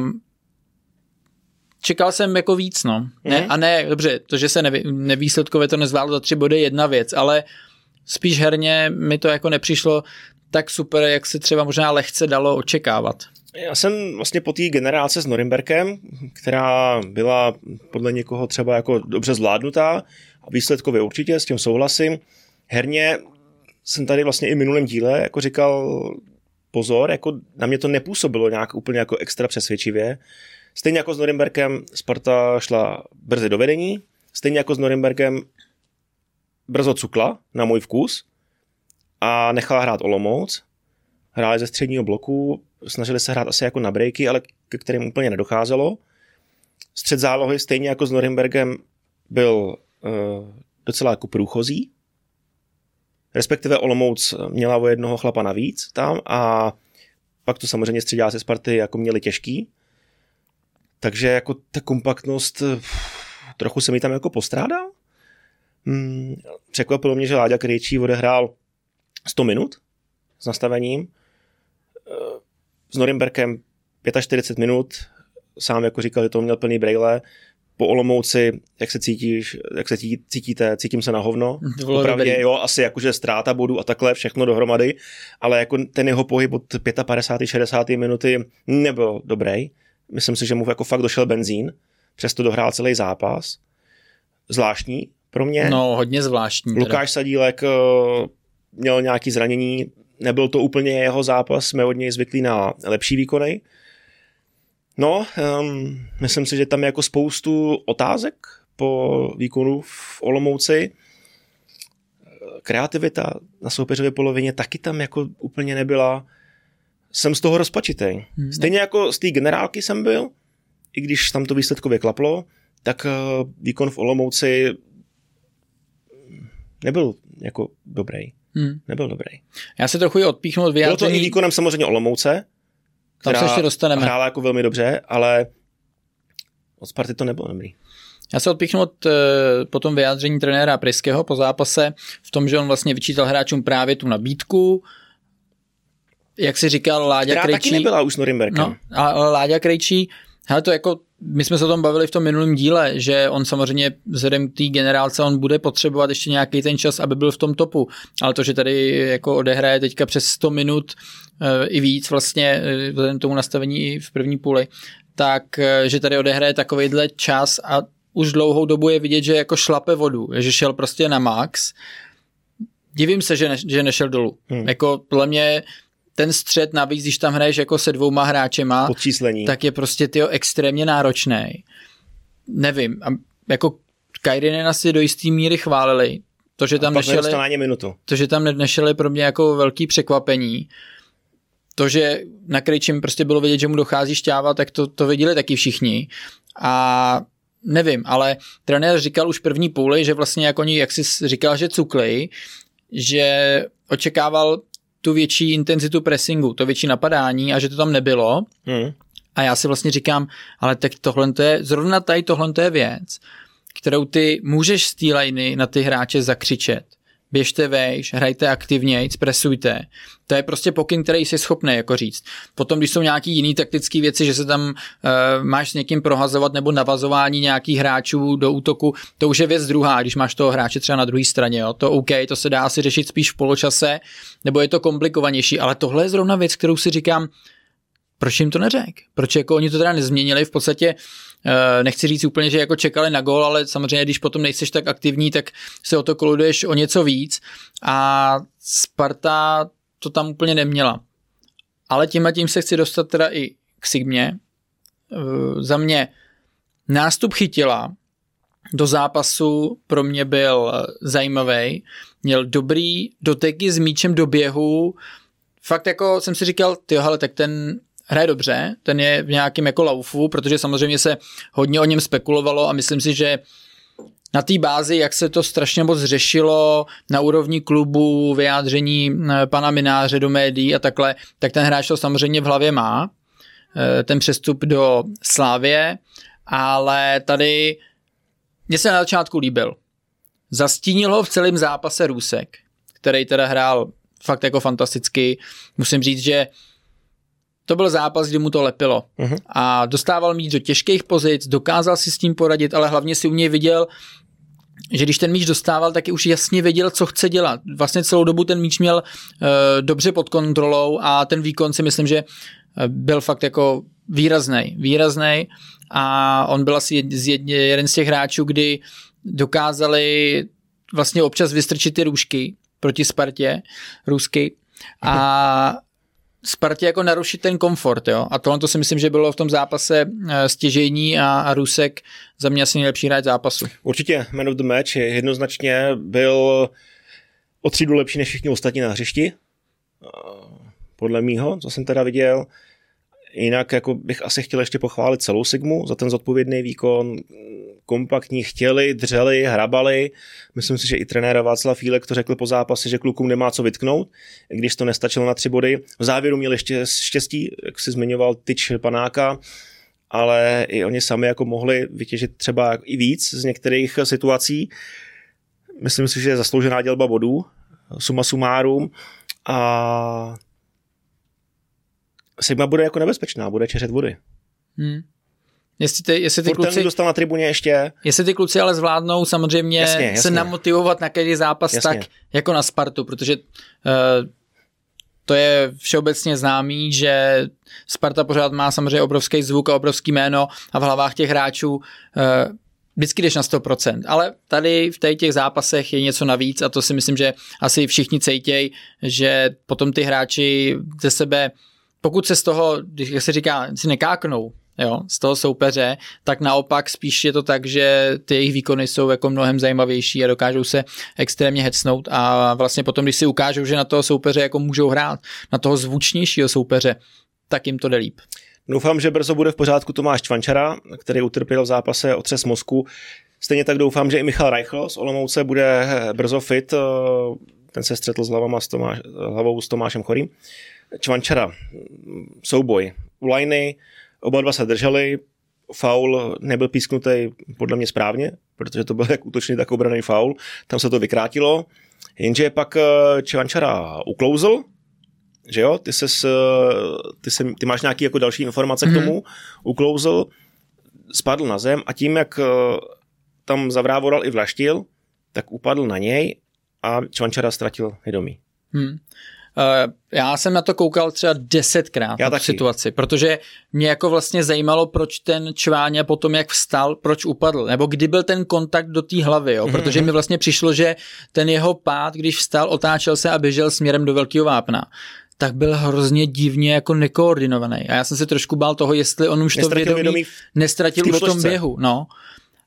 čekal jsem jako víc, no. Mm. Ne, a ne, dobře, to, že se nevý, nevýsledkově to nezvládlo za tři body, jedna věc, ale spíš herně mi to jako nepřišlo tak super, jak se třeba možná lehce dalo očekávat. Já jsem vlastně po té generace s Norimberkem, která byla podle někoho třeba jako dobře zvládnutá a výsledkově určitě, s tím souhlasím. Herně jsem tady vlastně i v minulém díle jako říkal pozor, jako na mě to nepůsobilo nějak úplně jako extra přesvědčivě. Stejně jako s Norimberkem Sparta šla brzy do vedení, stejně jako s Norimberkem brzo cukla na můj vkus a nechala hrát Olomouc. Hráli ze středního bloku, snažili se hrát asi jako na breaky, ale ke kterým úplně nedocházelo. Střed zálohy stejně jako s Norimbergem byl uh, docela jako průchozí. Respektive Olomouc měla o jednoho chlapa navíc tam a pak to samozřejmě středáci Sparty jako měli těžký. Takže jako ta kompaktnost trochu se mi tam jako postrádal. Hmm, překvapilo mě, že Láďa Krejčí odehrál sto minut s nastavením. S Norimberkem čtyřicet pět minut, sám jako říkal, že to měl plný brejle. Po Olomouci, jak se cítíš, jak se cítí, cítíte, cítím se na hovno. Opravdě, jo, asi jakože ztráta bodů a takhle, všechno dohromady, ale jako ten jeho pohyb od padesát pět šedesát minuty nebyl dobrý. Myslím si, že mu jako fakt došel benzín, přesto dohrál celý zápas. Zvláštní pro mě. No, hodně zvláštní. Teda. Lukáš Sadílek uh, měl nějaký zranění, nebyl to úplně jeho zápas, jsme od něj zvyklí na lepší výkony. No, um, myslím si, že tam je jako spoustu otázek po výkonu v Olomouci. Kreativita na soupeřové polovině taky tam jako úplně nebyla. Jsem z toho rozpačitej. Hmm. Stejně jako z té generálky jsem byl, i když tam to výsledkově klaplo, tak uh, výkon v Olomouci nebyl jako dobrý. Hmm. Nebyl dobrý. Já se trochu odpíchnu od vyjádření. Bylo to i výkonem samozřejmě Olomouce, která tam se ještě dostaneme. Hrála jako velmi dobře, ale od Sparty to nebylo dobrý. Já se odpíchnu od uh, potom vyjádření trenéra Pryského po zápase v tom, že on vlastně vyčítal hráčům právě tu nabídku. Jak si říkal Láďa která Krejčí. Taky nebyla už s Norimberkem. No, ale Láďa Krejčí, hele to jako, my jsme se o tom bavili v tom minulém díle, že on samozřejmě vzhledem k té generálce, on bude potřebovat ještě nějaký ten čas, aby byl v tom topu. Ale to, že tady jako odehraje teďka přes sto minut e, i víc vlastně, e, vzhledem k tomu nastavení i v první půli, tak e, že tady odehraje takovejhle čas a už dlouhou dobu je vidět, že jako šlape vodu, že šel prostě na max. Divím se, že, ne, že nešel dolů. Hmm. Jako podle mě ten střed navíc, když tam hraješ jako se dvouma hráčema, tak je prostě tyjo extrémně náročný. Nevím, a jako Kairinen asi do jistý míry chválili. To, že tam nešeli, minutu. To, že tam nešeli pro mě jako velký překvapení. to, že na Krejčím prostě bylo vidět, že mu dochází šťáva, tak to, to viděli taky všichni. A nevím, ale trenér říkal už první půli, že vlastně jak oni, jak jsi říkal, že cukli, že očekával tu větší intenzitu pressingu, to větší napadání a že to tam nebylo. Hmm. A já si vlastně říkám, ale tak tohle to je, zrovna tady tohle to je věc, kterou ty můžeš z té liney na ty hráče zakřičet. Běžte vejš, hrajte aktivně, presujte. To je prostě pokyn, který jsi schopný jako říct. Potom, když jsou nějaký jiný taktické věci, že se tam uh, máš s někým prohazovat nebo navazování nějakých hráčů do útoku, to už je věc druhá, když máš toho hráče třeba na druhé straně. Jo. To OK, to se dá asi řešit spíš v poločase, nebo je to komplikovanější, ale tohle je zrovna věc, kterou si říkám, proč jim to neřek? Proč jako oni to teda nezměnili? V podstatě uh, nechci říct úplně, že jako čekali na gól, ale samozřejmě, když potom nejseš tak aktivní, tak se o to koluduješ o něco víc a Sparta to tam úplně neměla. Ale tím a tím se chci dostat teda i k Sigmě. Uh, za mě nástup Chytila do zápasu pro mě byl zajímavý. Měl dobrý doteky s míčem do běhu. Fakt jako jsem si říkal, tyjo, hele, tak ten hraje dobře, ten je v nějakém jako laufu, protože samozřejmě se hodně o něm spekulovalo a myslím si, že na té bázi, jak se to strašně moc řešilo na úrovni klubu, vyjádření pana Mináře do médií a takhle, tak ten hráč to samozřejmě v hlavě má, ten přestup do Slavie, ale tady mě se na začátku líbil. Zastínil ho v celém zápase Rusek, který teda hrál fakt jako fantasticky. Musím říct, že to byl zápas, kdy mu to lepilo. Uh-huh. A dostával míč do těžkých pozic, dokázal si s tím poradit, ale hlavně si u něj viděl, že když ten míč dostával, tak už jasně věděl, co chce dělat. Vlastně celou dobu ten míč měl uh, dobře pod kontrolou a ten výkon si myslím, že byl fakt jako výraznej. Výraznej a on byl asi jed, jeden z těch hráčů, kdy dokázali vlastně občas vystrčit ty růžky proti Spartě, Rusky a Spartě jako narušit ten komfort, jo. A tohle to si myslím, že bylo v tom zápase stěžejní a, a Rusek za mě asi nejlepší hráč zápasu. Určitě man of the match jednoznačně byl o třídu lepší než všichni ostatní na hřišti. Podle mýho, co jsem teda viděl. Jinak jako bych asi chtěl ještě pochválit celou Sigmu za ten zodpovědný výkon. Kompaktní chtěli, dřeli, hrabali. Myslím si, že i trenér Václav Fílek to řekl po zápase, že klukům nemá co vytknout, když to nestačilo na tři body. V závěru měli ještě štěstí, jak si zmiňoval, tyč Panáka, ale i oni sami jako mohli vytěžit třeba i víc z některých situací. Myslím si, že je zasloužená dělba bodů, suma sumárum a Sigma bude jako nebezpečná, bude čeřet vody. Hmm. Jestli ty, jestli ty kluci dostal na tribuně ještě. Jestli ty kluci ale zvládnou samozřejmě jasně, jasně. se namotivovat na každý zápas jasně. tak jako na Spartu, protože uh, to je všeobecně známý, že Sparta pořád má samozřejmě obrovský zvuk a obrovský jméno a v hlavách těch hráčů uh, vždycky jdeš na sto procent, ale tady v těch zápasech je něco navíc a to si myslím, že asi všichni cejtěj, že potom ty hráči ze sebe, pokud se z toho, jak se říká, si nekáknou, jo, z toho soupeře, tak naopak spíš je to tak, že ty jejich výkony jsou jako mnohem zajímavější a dokážou se extrémně hecnout a vlastně potom, když si ukážou, že na toho soupeře jako můžou hrát, na toho zvučnějšího soupeře, tak jim to jde líp. Doufám, že brzo bude v pořádku Tomáš Čvančara, který utrpěl v zápase otřes mozku. Stejně tak doufám, že i Michal Reichl z Olomouce bude brzo fit. Ten se střetl s hlavama s Tomáš, hlavou s Tomášem Chorým. Čvančara, souboj u lajny, oba dva se drželi, faul nebyl písknutý podle mě správně, protože to byl jak útočný, tak obranný faul, tam se to vykrátilo, jenže pak Čvančara uklouzl, že jo, ty, ses, ty, se, ty máš nějaký jako další informace mm-hmm. k tomu, uklouzl, spadl na zem a tím, jak tam zavrávoral i vlaštil, tak upadl na něj a Čvančara ztratil vědomí. Hmm. Uh, já jsem na to koukal třeba desetkrát na tu situaci, protože mě jako vlastně zajímalo, proč ten Čváňa potom jak vstal, proč upadl, nebo kdy byl ten kontakt do té hlavy, jo? Protože mm-hmm. mi vlastně přišlo, že ten jeho pád, když vstal, otáčel se a běžel směrem do Velkého Vápna, tak byl hrozně divně jako nekoordinovaný. A já jsem se trošku bál toho, jestli on už nestratil to vědomí, vědomí nestratil už v tom běhu, no.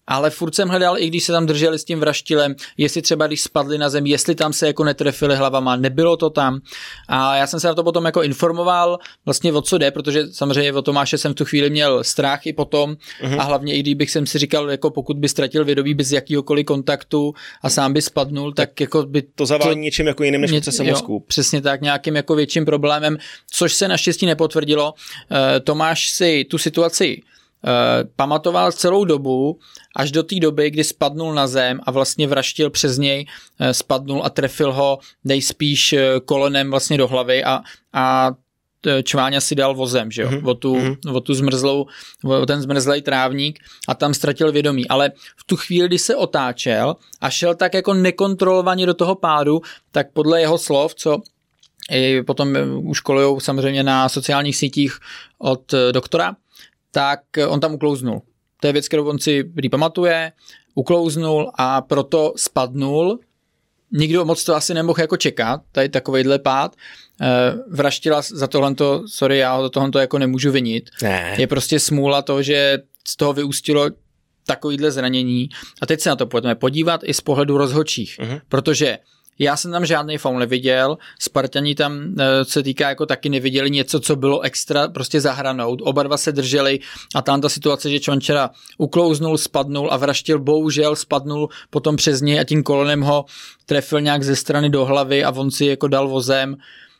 ale furt jsem hledal, i když se tam drželi s tím Vraštilem, jestli třeba když spadli na zem, jestli tam se jako netrefili hlavama, nebylo to tam. A já jsem se na to potom jako informoval, vlastně o co jde, protože samozřejmě o Tomáše jsem v tu chvíli měl strach i potom uh-huh. a hlavně i kdybych jsem si říkal, jako pokud by ztratil vědomí bez jakýhokoliv kontaktu a sám by spadnul, tak, tak jako by to zavání to, něčím jako jiným než otřese mozku. Přesně tak, nějakým jako větším problémem, což se naštěstí nepоtvrdilo. E, Tomáš si tu situaci e, pamatoval celou dobu, až do té doby, kdy spadnul na zem a vlastně Vraštil přes něj e, spadnul a trefil ho nejspíš kolenem vlastně do hlavy a, a Čváňa si dal vozem, že jo, mm-hmm. o, tu, mm-hmm. o tu zmrzlou, o ten zmrzlej trávník a tam ztratil vědomí, ale v tu chvíli, kdy se otáčel a šel tak jako nekontrolovaně do toho pádu, tak podle jeho slov, co i potom uškolujou samozřejmě na sociálních sítích od doktora, tak on tam uklouznul. To je věc, kterou on si pamatuje, uklouznul a proto spadnul. Nikdo moc to asi nemohl jako čekat, tady takovejhle pád. Vraštila za tohleto, sorry, já ho do tohoto jako nemůžu vinit. Ne. Je prostě smůla to, že z toho vyústilo takovýhle zranění. A teď se na to pojďme podívat i z pohledu rozhodčích, uh-huh. protože já jsem tam žádný faul neviděl, Spartani tam se týká jako taky neviděli něco, co bylo extra prostě za hranou. Oba dva se drželi a tam ta situace, že Čvančara uklouznul, spadnul a Vraštil bohužel spadnul potom přes něj a tím kolenem ho trefil nějak ze strany do hlavy a on si jako dal vozem.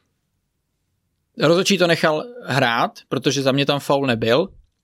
Rozhodčí to nechal hrát, protože za mě tam faul nebyl.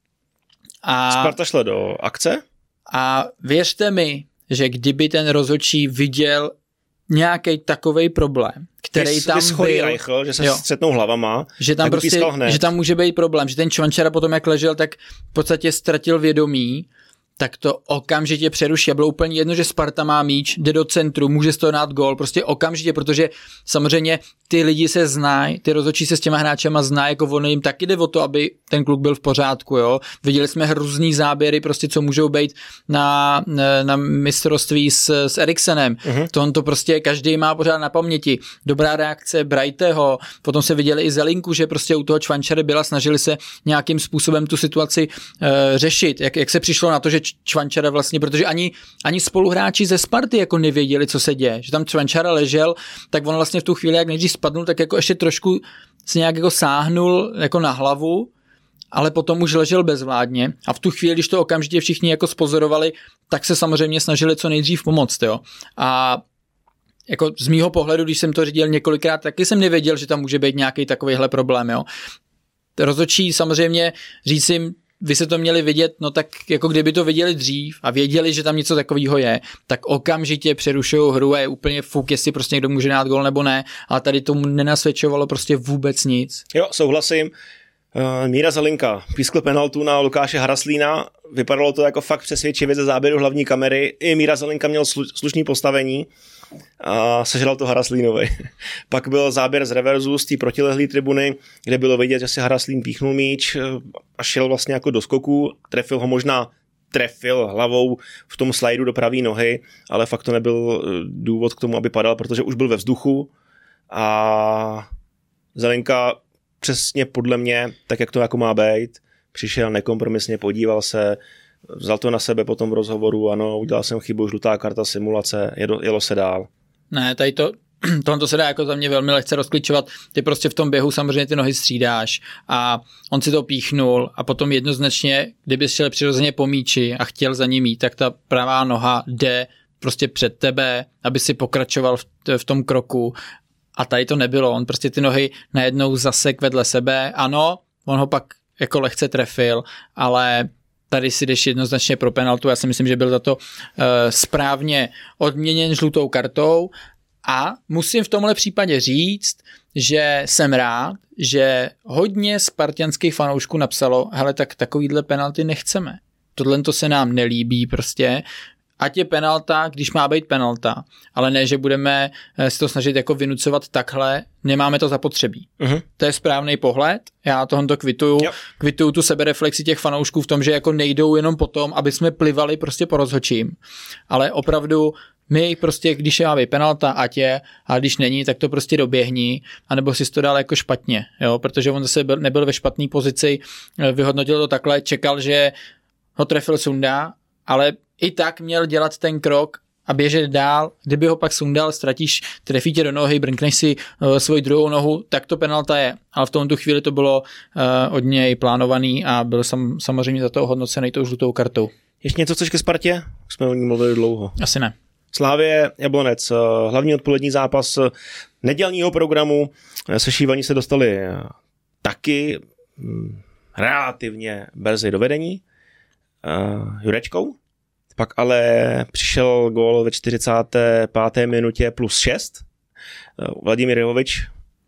A, Sparta šla do akce? A věřte mi, že kdyby ten rozhodčí viděl nějaký takovej problém, který Vys, tam byl, Reichl, že se jo, střetnou hlavama, že tam prostě, že tam může být problém, že ten Čvančara potom jak ležel, tak v podstatě ztratil vědomí, tak to okamžitě přeruší. A bylo úplně jedno, že Sparta má míč, jde do centru, může z toho dát gól, prostě okamžitě, protože samozřejmě ty lidi se znají, ty rozhodčí se s těma hráčema znají, jako ono jim taky jde o to, aby ten kluk byl v pořádku, jo. Viděli jsme hrůzný záběry, prostě co můžou být na, na mistrovství s, s Eriksenem. Uh-huh. To on to prostě každý má pořád na paměti. Dobrá reakce Brightyho, potom se viděli i Zelinku, že prostě u toho Čvančary byla, snažili se nějakým způsobem tu situaci uh, řešit. Jak, jak se přišlo na to, že Čvančara vlastně, protože ani, ani spoluhráči ze Sparty jako nevěděli, co se děje. Že tam Čvančara ležel, tak on vlastně v tu chvíli, jak nejdřív spadnul, tak jako ještě trošku se nějak jako sáhnul jako na hlavu, ale potom už ležel bezvládně a v tu chvíli, když to okamžitě všichni jako spozorovali, tak se samozřejmě snažili co nejdřív pomoct, jo. A jako z mýho pohledu, když jsem to řídil několikrát, taky jsem nevěděl, že tam může být nějaký takovýhle problém, jo. Rozhodčí samozřejmě říct jim, vy se to měli vidět, no tak jako kdyby to viděli dřív a věděli, že tam něco takového je, tak okamžitě přerušují hru a je úplně fuk, jestli prostě někdo může dát gól nebo ne, ale tady tomu nenasvědčovalo prostě vůbec nic. Jo, souhlasím. Uh, Míra Zelinka pískl penaltu na Lukáše Haraslína, vypadalo to jako fakt přesvědčivě ze záběru hlavní kamery, i Míra Zelinka měl slu- slušný postavení a sežral to Haraslínovi. Pak byl záběr z reverzu z té protilehlé tribuny, kde bylo vidět, že si Haraslín píchnul míč a šel vlastně jako do skoku, trefil ho možná trefil hlavou v tom slajdu do pravé nohy, ale fakt to nebyl důvod k tomu, aby padal, protože už byl ve vzduchu a Zelinka přesně podle mě, tak jak to jako má být, přišel nekompromisně, podíval se, vzal to na sebe po tom rozhovoru, ano, udělal jsem chybu, žlutá karta, simulace, jelo, jelo se dál. Ne, tady to, tohle se dá jako za mě velmi lehce rozklíčovat, ty prostě v tom běhu samozřejmě ty nohy střídáš a on si to píchnul a potom jednoznačně, kdyby šel přirozeně po míči a chtěl za ním jít, tak ta pravá noha jde prostě před tebe, aby si pokračoval v, v tom kroku. A tady to nebylo, on prostě ty nohy najednou zasek vedle sebe, ano, on ho pak jako lehce trefil, ale tady si jdeš jednoznačně pro penaltu, já si myslím, že byl za to uh, správně odměněn žlutou kartou a musím v tomhle případě říct, že jsem rád, že hodně spartianských fanoušků napsalo, hele, tak takovýhle penalty nechceme, tohle to se nám nelíbí prostě, ať je penalta, když má být penalta, ale ne, že budeme si to snažit jako vynucovat takhle, nemáme to zapotřebí. Uh-huh. To je správný pohled, já tohoto kvituju, yep. kvituju tu sebereflexi těch fanoušků v tom, že jako nejdou jenom po tom, aby jsme plivali prostě po rozhodčím, ale opravdu my prostě, když je má být penalta, ať je, a když není, tak to prostě doběhni, anebo si to dal jako špatně, jo, protože on zase byl, nebyl ve špatné pozici, vyhodnotil to takhle, čekal, že ho trefil Sunda, ale i tak měl dělat ten krok a běžet dál. Kdyby ho pak sundal, ztratíš, trefí tě do nohy, brnkneš si uh, svoji druhou nohu, tak to penalta je. Ale v tomto chvíli to bylo uh, od něj plánovaný a byl sam, samozřejmě za to ohodnocený tou žlutou kartou. Ještě něco chceš ke Spartě? Už jsme o ní mluvili dlouho. Asi ne. Slávě, Jablonec, hlavní odpolední zápas nedělního programu. Se Šívaní se dostali taky relativně brzy do vedení uh, Jurečkou. Pak ale přišel gól ve čtyřicáté páté minutě plus šest. Vladimír Jovovič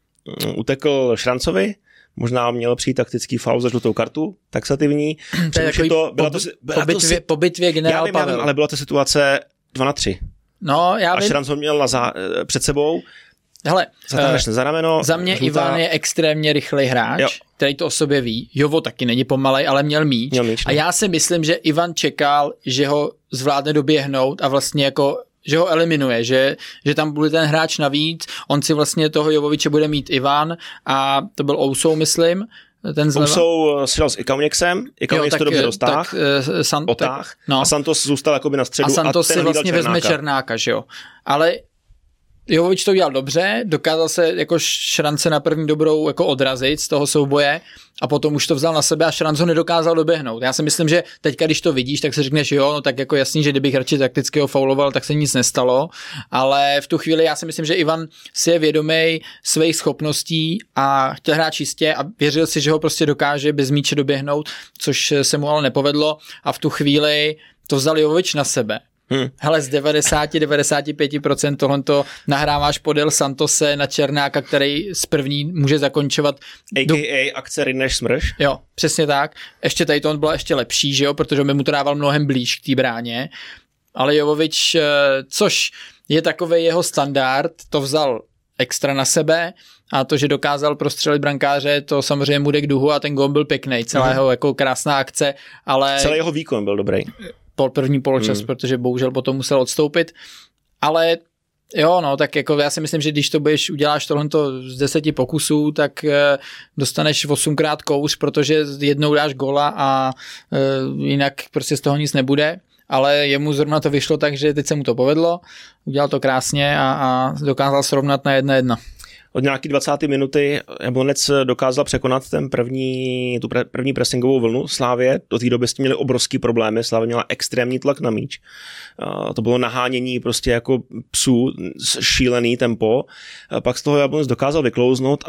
utekl Šrancovi, možná měl přijít taktický faul za žlutou kartu, taxativní. To je to, byla po, to, byla po, bitvě, to, po bitvě generál já vím, Pavel. Já vím, ale byla to situace dva na tři. No, já a vím. Šranc ho měl na zá, před sebou. Hele, uh, za rameno. Za mě žlutá. Ivan je extrémně rychlej hráč, jo. který to o sobě ví. Jovo taky není pomalej, ale měl míč. Měl míč a já si myslím, že Ivan čekal, že ho zvládne doběhnout a vlastně jako že ho eliminuje, že, že tam bude ten hráč navíc, on si vlastně toho Jovoviče bude mít Ivan a to byl Ousou, myslím. Ten Ousou šel s Ikaunexem, Ikaunex to dobře roztáh, uh, San, otáh, no. A Santos zůstal jakoby na středu. A Santos a si vlastně Černáka. vezme Černáka, že jo. Ale Jovovič to udělal dobře, dokázal se jako Šrance na první dobrou jako odrazit z toho souboje a potom už to vzal na sebe a Šranc ho nedokázal doběhnout. Já si myslím, že teďka, když to vidíš, tak si řekneš, jo, no tak jako jasný, že kdybych radši takticky ho fauloval, tak se nic nestalo, ale v tu chvíli já si myslím, že Ivan si je vědomý svých schopností a chtěl hrát čistě a věřil si, že ho prostě dokáže bez míče doběhnout, což se mu ale nepovedlo a v tu chvíli to vzal Jovovič na sebe. Hmm. Hele, z devadesát až devadesát pět procent tohoto nahráváš podél Santose na Černáka, který z první může zakončovat. A K A akce Ryneš Smrš. Jo, přesně tak. Ještě tady to on byl ještě lepší, že jo, protože by mu to dával mnohem blíž k té bráně. Ale Jovovič, což je takový jeho standard, to vzal extra na sebe a to, že dokázal prostřelit brankáře, to samozřejmě mu jde k duhu a ten gól byl pěkný. Celá hmm. jeho jako krásná akce, ale... Celý jeho výkon byl dobrý. Po první poločas, hmm. protože bohužel potom musel odstoupit, ale jo, no, tak jako já si myslím, že když to budeš, uděláš tohleto z deseti pokusů, tak e, dostaneš osmkrát kouř, protože jednou dáš gola a e, jinak prostě z toho nic nebude, ale jemu zrovna to vyšlo tak, že teď se mu to povedlo, udělal to krásně a, a dokázal srovnat na jedna jedna. Od nějaký dvacáté minuty Jablonec dokázal překonat ten první, tu pre, první pressingovou vlnu Slávě. Do té doby s tím měli obrovský problémy. Slávě měla extrémní tlak na míč. Uh, to bylo nahánění prostě jako psů, šílený tempo. Uh, pak z toho Jablonec dokázal vyklouznout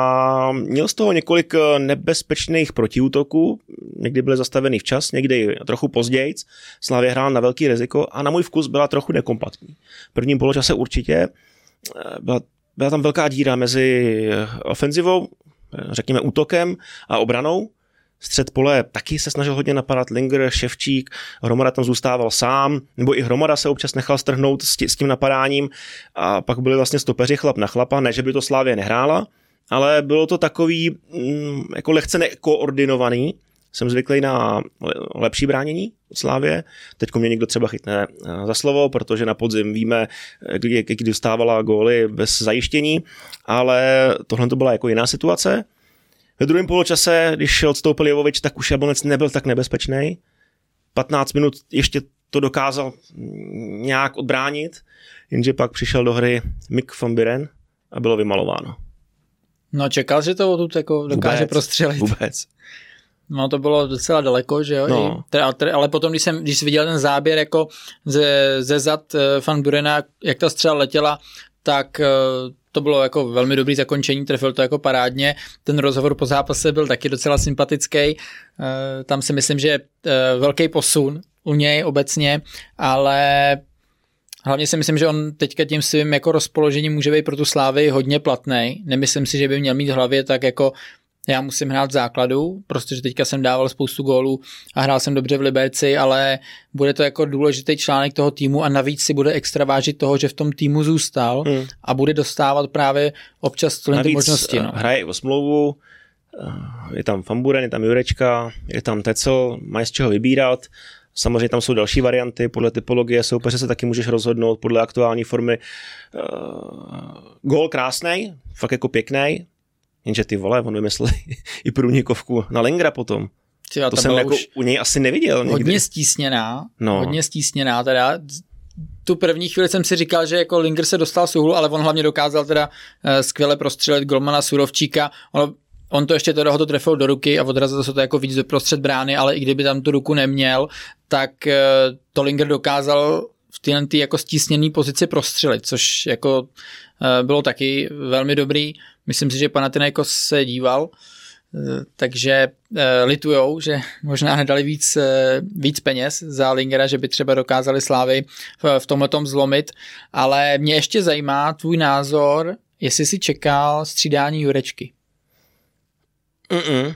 a měl z toho několik nebezpečných protiútoků. Někdy byly zastavený včas, někdy trochu později. Slávě hrál na velký riziko a na můj vkus byla trochu nekompletní. V prvním poločase určitě byla Byla tam velká díra mezi ofenzivou, řekněme útokem a obranou. Střed pole taky se snažil hodně napadat Linger, Ševčík, Hromada tam zůstával sám, nebo i Hromada se občas nechal strhnout s tím napadáním a pak byli vlastně stopeři chlap na chlapa, ne, že by to Slávě nehrála, ale bylo to takový jako lehce nekoordinovaný. Jsem zvyklý na lepší bránění od Slávě. Teď mě někdo třeba chytne za slovo, protože na podzim víme, kdy, kdy dostávala góly bez zajištění, ale tohle to byla jako jiná situace. Ve druhém poločase, když odstoupil Jovovič, tak už Jablonec nebyl tak nebezpečný. patnáct minut ještě to dokázal nějak odbránit, jenže pak přišel do hry Mick van Buren a bylo vymalováno. No čekal, že to odtud jako dokáže vůbec, prostřelit. Vůbec. No to bylo docela daleko, že jo, no. I, ale potom, když jsem, když jsi viděl ten záběr jako ze, ze zad Van Burena, jak ta střela letěla, tak to bylo jako velmi dobrý zakončení, trefil to jako parádně, ten rozhovor po zápase byl taky docela sympatický, tam si myslím, že velký posun u něj obecně, ale hlavně si myslím, že on teďka tím svým jako rozpoložením může být pro tu Slávy hodně platnej, nemyslím si, že by měl mít v hlavě tak jako já musím hrát v základu, protože teďka jsem dával spoustu gólů a hrál jsem dobře v Liberci, ale bude to jako důležitý článek toho týmu a navíc si bude extra vážit toho, že v tom týmu zůstal hmm. a bude dostávat právě občas ty možnosti. No. Hraje o smlouvu, je tam Van Buren, je tam Jurečka, je tam Tecel, mají z čeho vybírat. Samozřejmě tam jsou další varianty, podle typologie soupeře se taky můžeš rozhodnout, podle aktuální formy. Gól krásnej, fakt jako pěknej, jenže ty vole, on vymyslel i průnikovku na Lingra potom. Tyjo, to jsem jako u něj asi neviděl hodně nikdy. stísněná, no. hodně stísněná teda. Tu první chvíli jsem si říkal, že jako Linger se dostal z úhlu, ale on hlavně dokázal teda uh, skvěle prostřelit golmana Surovčíka. On, on to ještě teda ho to trefil do ruky a odrazil se to jako víc do prostřed brány, ale i kdyby tam tu ruku neměl, tak uh, to Linger dokázal v téhle tý jako stísněný pozici prostřelit, což jako uh, bylo taky velmi dobrý. Myslím si, že Panathinaikos se díval, takže uh, litujou, že možná nedali víc, uh, víc peněz za Lingera, že by třeba dokázali Slávy v, v tomhletom zlomit, ale mě ještě zajímá tvůj názor, jestli si čekal střídání Jurečky. Mm-mm.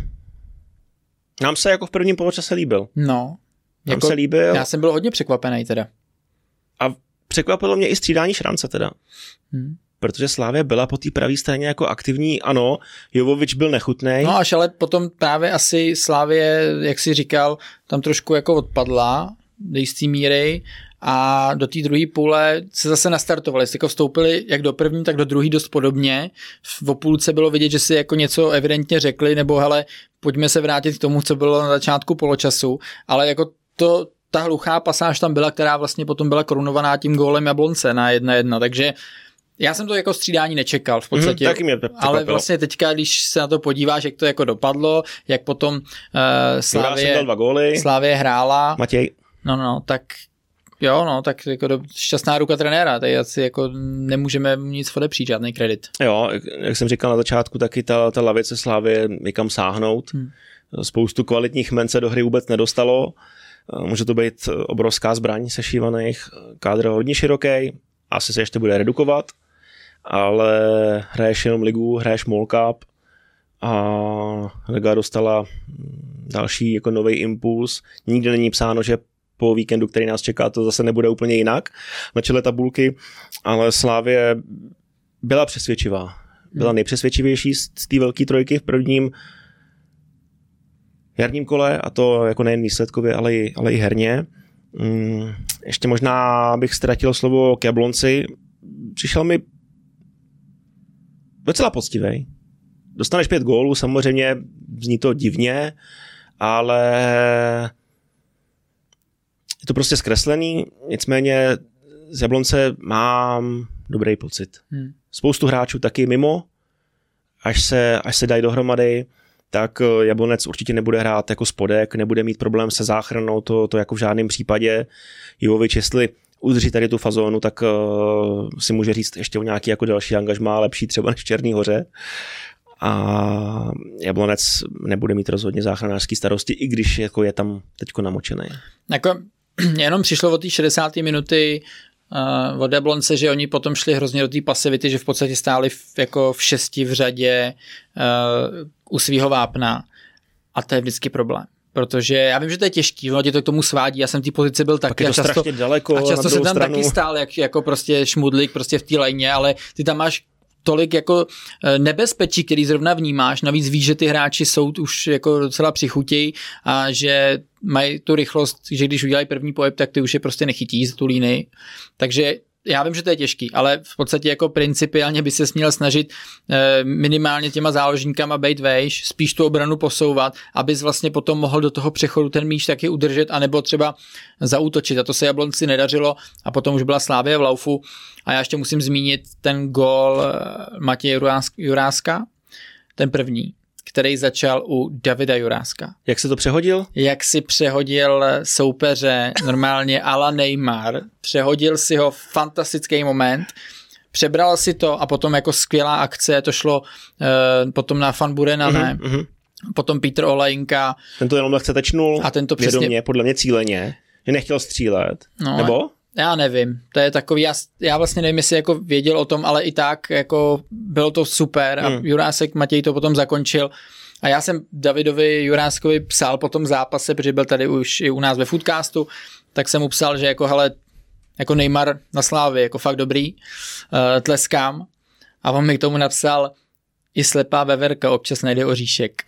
Nám se jako v prvním poločase líbil. No. Nám jako, se líbil. Já jsem byl hodně překvapený teda. A překvapilo mě i střídání Šrance teda. Hmm. Protože Slavia byla po té pravé straně jako aktivní, ano, Jovovič byl nechutnej. No až ale potom právě asi Slavie, jak jsi říkal, tam trošku jako odpadla do jistý míry a do té druhé půle se zase nastartovali. Jako vstoupili jak do první, tak do druhé dost podobně. V půlce bylo vidět, že si jako něco evidentně řekli, nebo hele, pojďme se vrátit k tomu, co bylo na začátku poločasu, ale jako to, ta hluchá pasáž tam byla, která vlastně potom byla korunovaná tím gólem Jablonce na jedna jedna, takže já jsem to jako střídání nečekal v podstatě, mm, taky mě ale vlastně teďka, když se na to podíváš, jak to jako dopadlo, jak potom uh, Slavie, Slavie hrála, Matěj. No, no, tak jo, no, tak jako do, šťastná ruka trenéra, tady asi jako nemůžeme nic odepřít, žádný kredit. Jo, jak jsem říkal na začátku, taky ta, ta lavice Slavie někam sáhnout. Hmm. Spoustu kvalitních men se do hry vůbec nedostalo. Může to být obrovská zbraň sešívaných, kádr hodně široký, asi se ještě bude redukovat, ale hraješ jenom ligu, hraješ Mall Cup a Liga dostala další jako nový impuls. Nikdy není psáno, že po víkendu, který nás čeká, to zase nebude úplně jinak na čele tabulky, ale Slavie byla přesvědčivá. Byla nejpřesvědčivější z té velké trojky v prvním jarním kole, a to jako nejen výsledkově, ale i, ale i herně. Hmm, ještě možná bych ztratil slovo k Jablonci. Přišel mi docela poctivej. Dostaneš pět gólů, samozřejmě zní to divně, ale je to prostě zkreslený, nicméně z Jablonce mám dobrý pocit. Hmm. Spoustu hráčů taky mimo, až se, až se dají dohromady, tak Jablonec určitě nebude hrát jako spodek, nebude mít problém se záchranou, to, to jako v žádném případě. Jovovič, jestli udrží tady tu fazónu, tak uh, si může říct ještě o nějaký jako další angažmá, lepší třeba než v Černý Hoře. A Jablonec nebude mít rozhodně záchranářský starosti, i když jako je tam teďko namočený. Jako jenom přišlo od té šedesáté minuty uh, od Jablonce, že oni potom šli hrozně do té pasivity, že v podstatě stáli v, jako v šesti v řadě uh, u svýho vápna, a to je vždycky problém. Protože já vím, že to je těžký, ono tě to k tomu svádí, já jsem v té pozici byl taky. Je to a často, daleko, a často jsem tam stranu. taky stál, jak, jako prostě šmudlík prostě v té lajně, ale ty tam máš tolik jako nebezpečí, který zrovna vnímáš, navíc víš, že ty hráči jsou už jako docela přichutěj a že mají tu rychlost, že když udělají první pohyb, tak ty už je prostě nechytí z tu línii. Takže já vím, že to je těžký, ale v podstatě jako principiálně by se směl snažit eh, minimálně těma záložníkama být vejš, spíš tu obranu posouvat, abys vlastně potom mohl do toho přechodu ten míč taky udržet, anebo třeba zaútočit. A to se Jablonci nedařilo a potom už byla Slavie v laufu. A já ještě musím zmínit ten gól Matěje Juráska, ten první, který začal u Davida Juráska. Jak se to přehodil? Jak si přehodil soupeře normálně a la Neymar. Přehodil si ho, fantastický moment. Přebral si to a potom jako skvělá akce, to šlo uh, potom na Van Burena, ne? Mm-hmm. Potom Petr Olajinka. Ten to jenom lehce tečnul, a ten to přesně... vědomě, podle mě cíleně, že nechtěl střílet. No, nebo? Já nevím, to je takový, já, já vlastně nevím, jestli jako věděl o tom, ale i tak jako bylo to super a hmm. Jurásek Matěj to potom zakončil a já jsem Davidovi Juráskovi psal po tom zápase, protože byl tady už i u nás ve Foodcastu, tak jsem mu psal, že jako hele, jako Neymar na Slávě, jako fakt dobrý, uh, tleskám, a on mi k tomu napsal, i slepá veverka občas najde oříšek.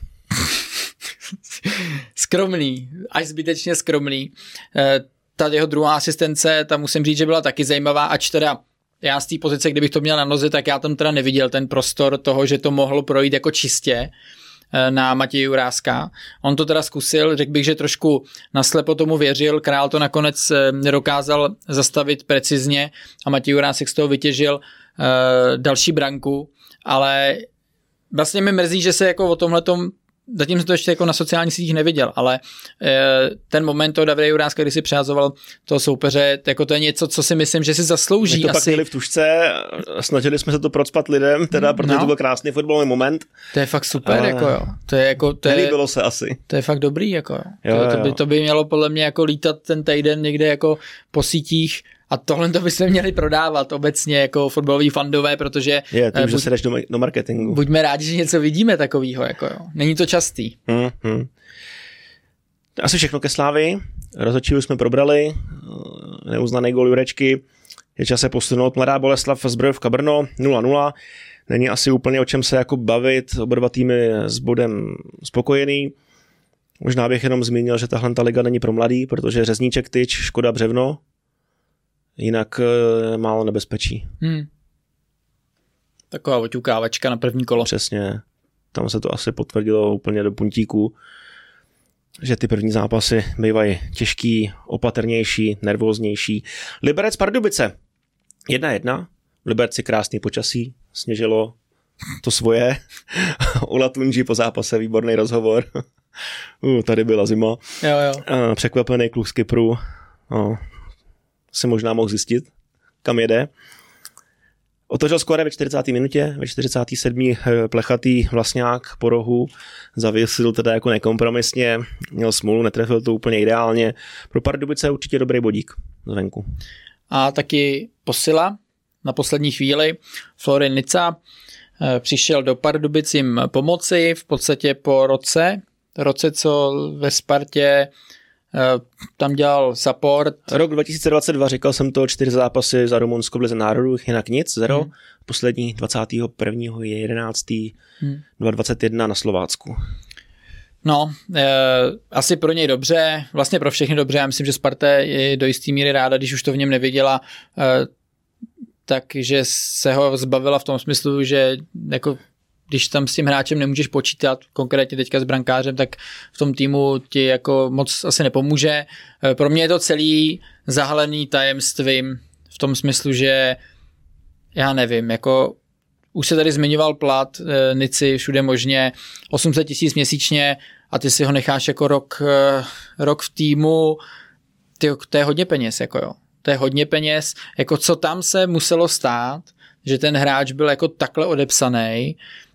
Skromný, až zbytečně skromný. Uh, Ta jeho druhá asistence, tam musím říct, že byla taky zajímavá, ač teda já z té pozice, kdybych to měl na noze, tak já tam teda neviděl ten prostor toho, že to mohlo projít jako čistě, na Matěje Juráska. On to teda zkusil, řekl bych, že trošku naslepo tomu věřil, Král to nakonec nedokázal zastavit precizně a Matěj Jurásek z toho vytěžil uh, další branku, ale vlastně mi mrzí, že se jako o tomhletom, zatím jsem to ještě jako na sociálních sítích neviděl, ale e, ten moment toho Davida Juráska, kdy si přázoval toho soupeře, jako to je něco, co si myslím, že si zaslouží. My to asi. Pak měli v tušce, snažili jsme se to procpat lidem, teda, protože no. to byl krásný fotbalový moment. To je fakt super, ale jako jo. To je jako, to nelíbilo je, se asi. To je fakt dobrý, jako jo. jo, to, to, jo. by, to by mělo podle mě jako lítat ten týden někde jako po sítích. A tohle to bychom měli prodávat obecně jako fotbaloví fandové, protože... Je, tím, buď, že se jdeš do, do marketingu. Buďme rádi, že něco vidíme takového. Jako jo. Není to častý. Hmm, hmm. Asi všechno ke Slávii. Rozhodčí jsme probrali. Neuznaný gól Jurečky. Je čas se posunout. Mladá Boleslav Zbrojovka Brno nula nula. Není asi úplně o čem se jako bavit. Oba dva týmy s bodem spokojený. Možná bych jenom zmínil, že tahle ta liga není pro mladý, protože Řezníček, Tyč, Škoda, Břevno. Jinak e, málo nebezpečí. Hmm. Taková oťukávačka na první kolo. Přesně. Tam se to asi potvrdilo úplně do puntíku, že ty první zápasy bývají těžký, opatrnější, nervóznější. Liberec Pardubice. Jedna jedna. V Liberci krásný počasí. Sněžilo to svoje. U Latunži po zápase výborný rozhovor. uh, tady byla zima. Jo, jo. Uh, překvapený kluk z Kypru. Uh, si možná mohl zjistit, kam jede. Otočil skóre ve čtyřicáté minutě, ve čtyřicáté sedmé plechatý Vlastňák po rohu, zavěsil teda jako nekompromisně, měl smůlu, netrefil to úplně ideálně. Pro Pardubice určitě dobrý bodík zvenku. A taky posila na poslední chvíli. Florin Nica přišel do Pardubic jim pomoci, v podstatě po roce, roce, co ve Spartě tam dělal support. Rok dva tisíce dvacet dva, říkal jsem to, čtyři zápasy za Rumunsko v lize národů, jinak nic, zero. Hmm. Poslední dvacátého prvního jedenáctého Hmm. dvacet dvacet jedna na Slovácku. No, e, asi pro něj dobře, vlastně pro všechny dobře, já myslím, že Sparta je do jistý míry ráda, když už to v něm neviděla, e, takže se ho zbavila v tom smyslu, že jako když tam s tím hráčem nemůžeš počítat, konkrétně teďka s brankářem, tak v tom týmu ti jako moc asi nepomůže. Pro mě je to celý zahalený tajemstvím v tom smyslu, že já nevím, jako už se tady zmiňoval plat e, Nici všude možně, osm set tisíc měsíčně a ty si ho necháš jako rok, e, rok v týmu, ty, to je hodně peněz, jako jo. To je hodně peněz, jako co tam se muselo stát, že ten hráč byl jako takhle odepsaný.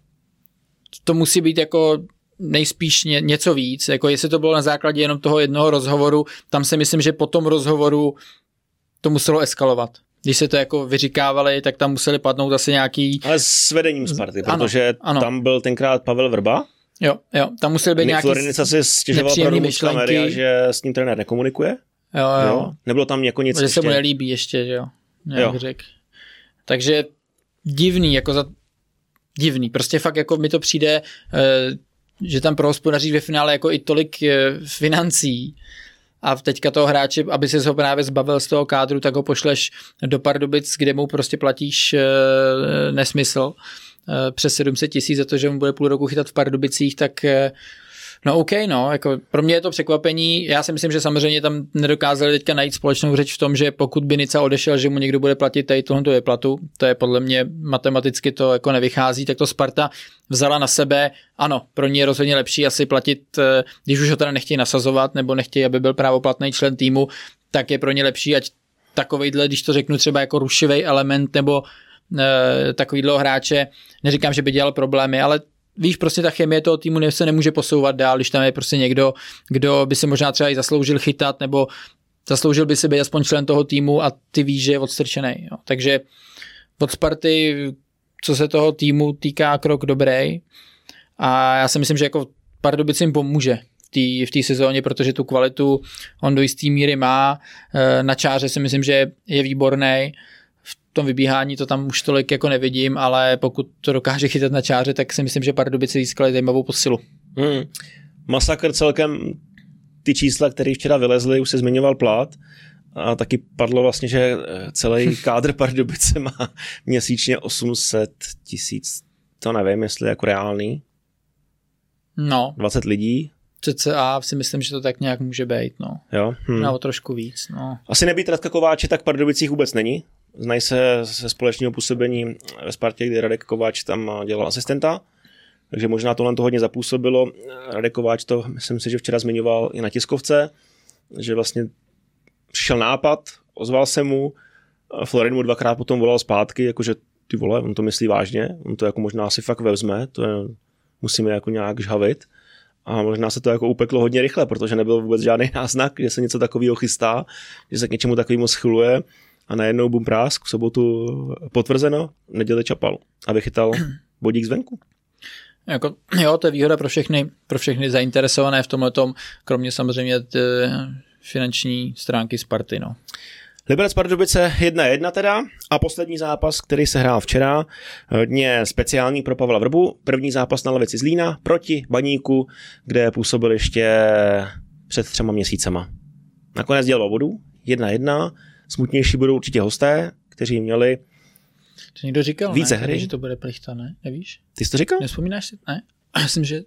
To musí být jako nejspíš ně, něco víc, jako jestli to bylo na základě jenom toho jednoho rozhovoru, tam si myslím, že po tom rozhovoru to muselo eskalovat. Když se to jako vyříkávali, tak tam museli padnout asi nějaký... Ale s vedením Sparty, protože ano, ano. Tam byl tenkrát Pavel Vrba. Jo, jo, tam musel být nějaký Florinica si stěžoval pro rumunská média, že s ním trenér nekomunikuje. Jo, jo. jo. Nebylo tam jako nic že ještě. Se mu nelíbí ještě, že jo. jo. Řek. Takže divný, jako za... divný. Prostě fakt jako mi to přijde, že tam prohospodaří ve finále jako i tolik financí a teďka toho hráče, aby se ho právě zbavil z toho kádru, tak ho pošleš do Pardubic, kde mu prostě platíš nesmysl přes sedm set tisíc za to, že mu bude půl roku chytat v Pardubicích, tak no OK, no, jako pro mě je to překvapení, já si myslím, že samozřejmě tam nedokázali teďka najít společnou řeč v tom, že pokud by Nica odešel, že mu někdo bude platit tady tohoto vyplatu, to je podle mě matematicky to jako nevychází, tak to Sparta vzala na sebe, ano, pro ně je rozhodně lepší asi platit, když už ho teda nechtějí nasazovat, nebo nechtějí, aby byl právoplatný člen týmu, tak je pro ně lepší, ať takovejhle, když to řeknu třeba jako rušivý element, nebo e, takovýhle hráče, neříkám, že by dělal problémy, ale víš, prostě ta chemie toho týmu se nemůže posouvat dál, když tam je prostě někdo, kdo by si možná třeba i zasloužil chytat, nebo zasloužil by si být aspoň člen toho týmu a ty víš, že je odstrčený. Jo. Takže od Sparty, co se toho týmu týká, krok dobrý. A já si myslím, že jako Pardubicím pomůže v té sezóně, protože tu kvalitu on do jistý míry má. Na čáře si myslím, že je výborný. V tom vybíhání to tam už tolik jako nevidím, ale pokud to dokáže chytat na čáře, tak si myslím, že Pardubice získali zajímavou posilu. Hmm. Masakr celkem, ty čísla, které včera vylezly, už se zmiňoval Plat a taky padlo vlastně, že celý kádr Pardubice má měsíčně osm set tisíc. To nevím, jestli jako reálný. No. dvacet lidí. cca si myslím, že to tak nějak může být, no. Jo. Hm. No, trošku víc, no. Asi nebýt Radka Kováče, tak v Pardubicích vůbec není. Znají se ze společného působení ve Spartě, kdy Radek Kováč tam dělal asistenta. Takže možná tohle to hodně zapůsobilo. Radek Kováč to, myslím si, že včera zmiňoval i na tiskovce, že vlastně přišel nápad, ozval se mu, Florin mu dvakrát potom volal zpátky, jakože ty vole, on to myslí vážně, on to jako možná si fakt vezme, to je, musíme jako nějak žhavit. A možná se to jako upeklo hodně rychle, protože nebyl vůbec žádný náznak, že se něco takového chystá, že se k něčemu takovému schyluje a najednou bum prásk, v sobotu potvrzeno, v neděli čapal a vychytal bodík zvenku. Jako, jo, to je výhoda pro všechny, pro všechny zainteresované v tomhletom, kromě samozřejmě t, finanční stránky Sparty, no. Liberec Pardubice jedna jedna teda a poslední zápas, který se hrál včera, hodně speciální pro Pavla Vrbu, první zápas na lavici Zlína proti Baníku, kde působil ještě před třema měsícema. Nakonec dělal vodu, jedna jedna, smutnější budou určitě hosté, kteří měli to někdo říkal, více ne? hry. Že to bude plichta, ne? Nevíš? Ty jsi to říkal? Nevzpomínáš si? Ne? Myslím, že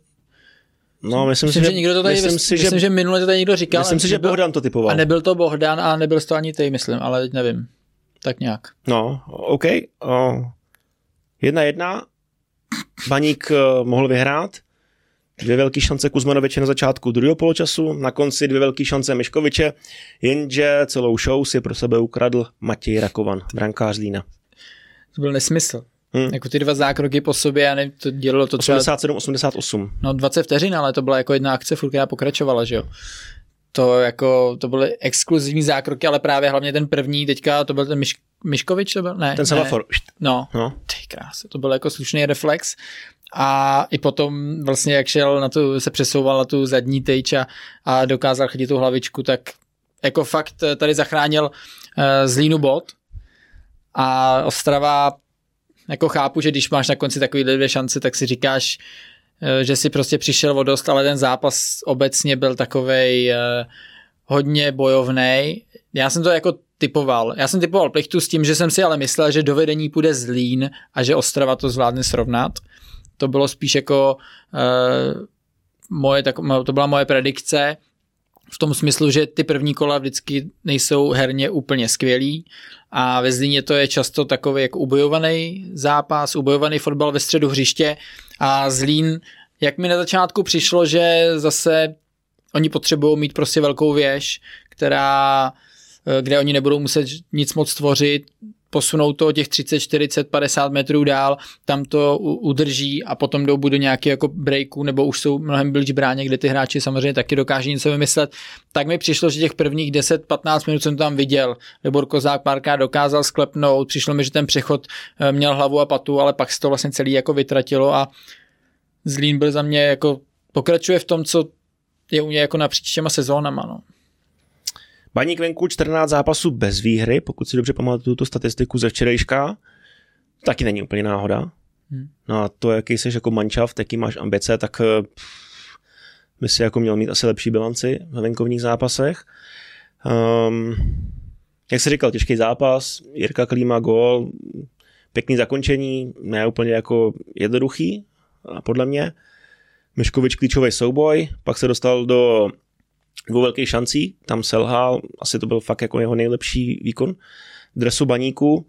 No, myslím, myslím, si, že někdo to tady, myslím, si, myslím, že, že minule to tady někdo říkal. Myslím si, že nebyl, Bohdan to typoval. A nebyl to Bohdan a nebyl to ani ty, myslím, ale teď nevím. Tak nějak. No, OK. O, jedna jedna. Baník uh, mohl vyhrát. Dvě velké šance Kuzmanoviče na začátku druhého poločasu, na konci dvě velké šance Miškoviče, jenže celou show si pro sebe ukradl Matěj Rakovan, brankář Zlína. To byl nesmysl. Hmm. Jako ty dva zákroky po sobě, a ne, to dělalo to třeba... osmdesát sedm osmdesát osm. No dvacet vteřin, ale to byla jako jedna akce, furt která pokračovala, že jo. To jako, to byly exkluzivní zákroky, ale právě hlavně ten první, teďka to byl ten Miš, Miškovič, to byl? Ne. Ten semafor. No, no. Ty krásy, to byl jako slušný reflex. A i potom vlastně, jak šel na tu, se přesouval na tu zadní tyč a, a dokázal chytit tu hlavičku, tak jako fakt tady zachránil uh, Zlínu bod. A Ostrava, jako chápu, že když máš na konci takový dvě šance, tak si říkáš, že si prostě přišel o dost, ale ten zápas obecně byl takovej uh, hodně bojovnej. Já jsem to jako typoval. Já jsem typoval plichtu s tím, že jsem si ale myslel, že do vedení půjde Zlín a že Ostrava to zvládne srovnat. To bylo spíš jako uh, moje, tak, to byla moje predikce v tom smyslu, že ty první kola vždycky nejsou herně úplně skvělí a ve Zlíně to je často takový jako ubojovaný zápas, ubojovaný fotbal ve středu hřiště a Zlín, jak mi na začátku přišlo, že zase oni potřebují mít prostě velkou věž, která, kde oni nebudou muset nic moc tvořit, posunou to těch třicet, čtyřicet, padesát metrů dál, tam to udrží a potom jdou buď do nějakého jako breaku, nebo už jsou mnohem blíž bráně, kde ty hráči samozřejmě taky dokáží něco vymyslet. Tak mi přišlo, že těch prvních deset patnáct minut jsem tam viděl. Libor Kozák párkrát dokázal sklepnout, přišlo mi, že ten přechod měl hlavu a patu, ale pak se to vlastně celý jako vytratilo a Zlín byl za mě jako pokračuje v tom, co je u něj jako napříč těma sezónama, no. Baník venku čtrnáct zápasů bez výhry, pokud si dobře pamatuju tu statistiku ze včerejška, taky není úplně náhoda. Hmm. No a to, jaký jsi jako manšaft, jaký máš ambice, tak pff, by si jako měl mít asi lepší bilanci ve venkovních zápasech. Um, jak jsi říkal, těžký zápas, Jirka Klíma, gól, pěkný zakončení, ne úplně jako jednoduchý, a podle mě. Miškovič klíčový souboj, pak se dostal do dvou velkých šancí, tam selhal, asi to byl fakt jako jeho nejlepší výkon dresu Baníku.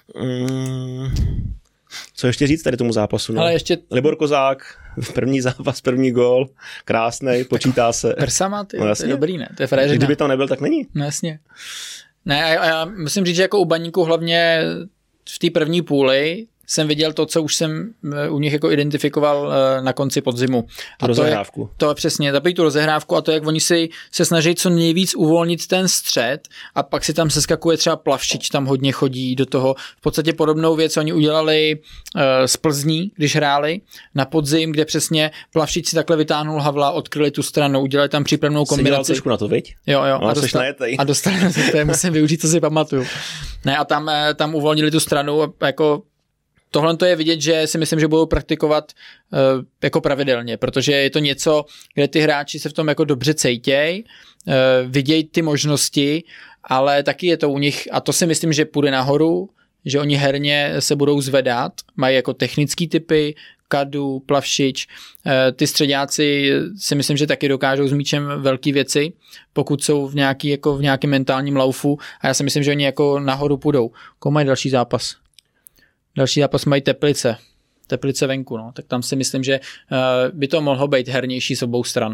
Mm, co ještě říct tady tomu zápasu? No? Ale ještě... Libor Kozák, první zápas, první gól, krásnej, počítá se. Persama, ty, no, to je dobrý, ne? To je frajeřina. Kdyby tam nebyl, tak není. No jasně. Ne, a já musím říct, že jako u Baníku hlavně v té první půli jsem viděl to, co už jsem u nich jako identifikoval na konci podzimu. A rozehrávku. To je přesně, takový tu rozehrávku a to, jak oni si se snaží co nejvíc uvolnit ten střed a pak si tam seskakuje třeba Plavšič, tam hodně chodí do toho. V podstatě podobnou věc oni udělali uh, z Plzní, když hráli na podzim, kde přesně Plavšič si takhle vytáhnul Havla, odkryli tu stranu, udělali tam přípravnou kombinaci. Jsi trošku na to, viď? Jo, jo. No, a, dostal, a dostali na to, to je, musím využít, co si pamatuju. Ne, a tam, tam uvolnili tu stranu a jako tohle to je vidět, že si myslím, že budou praktikovat uh, jako pravidelně, protože je to něco, kde ty hráči se v tom jako dobře cejtěj, uh, vidějí ty možnosti, ale taky je to u nich, a to si myslím, že půjde nahoru, že oni herně se budou zvedat, mají jako technický typy, Kadu, Plavšič, ty středáci si myslím, že taky dokážou s míčem velké věci, pokud jsou v, nějaký, jako v nějakém mentálním laufu a já si myslím, že oni jako nahoru půjdou. Koho mají další zápas? Další zápas mají Teplice. Teplice venku, no. Tak tam si myslím, že by to mohlo být hernější s obou stran.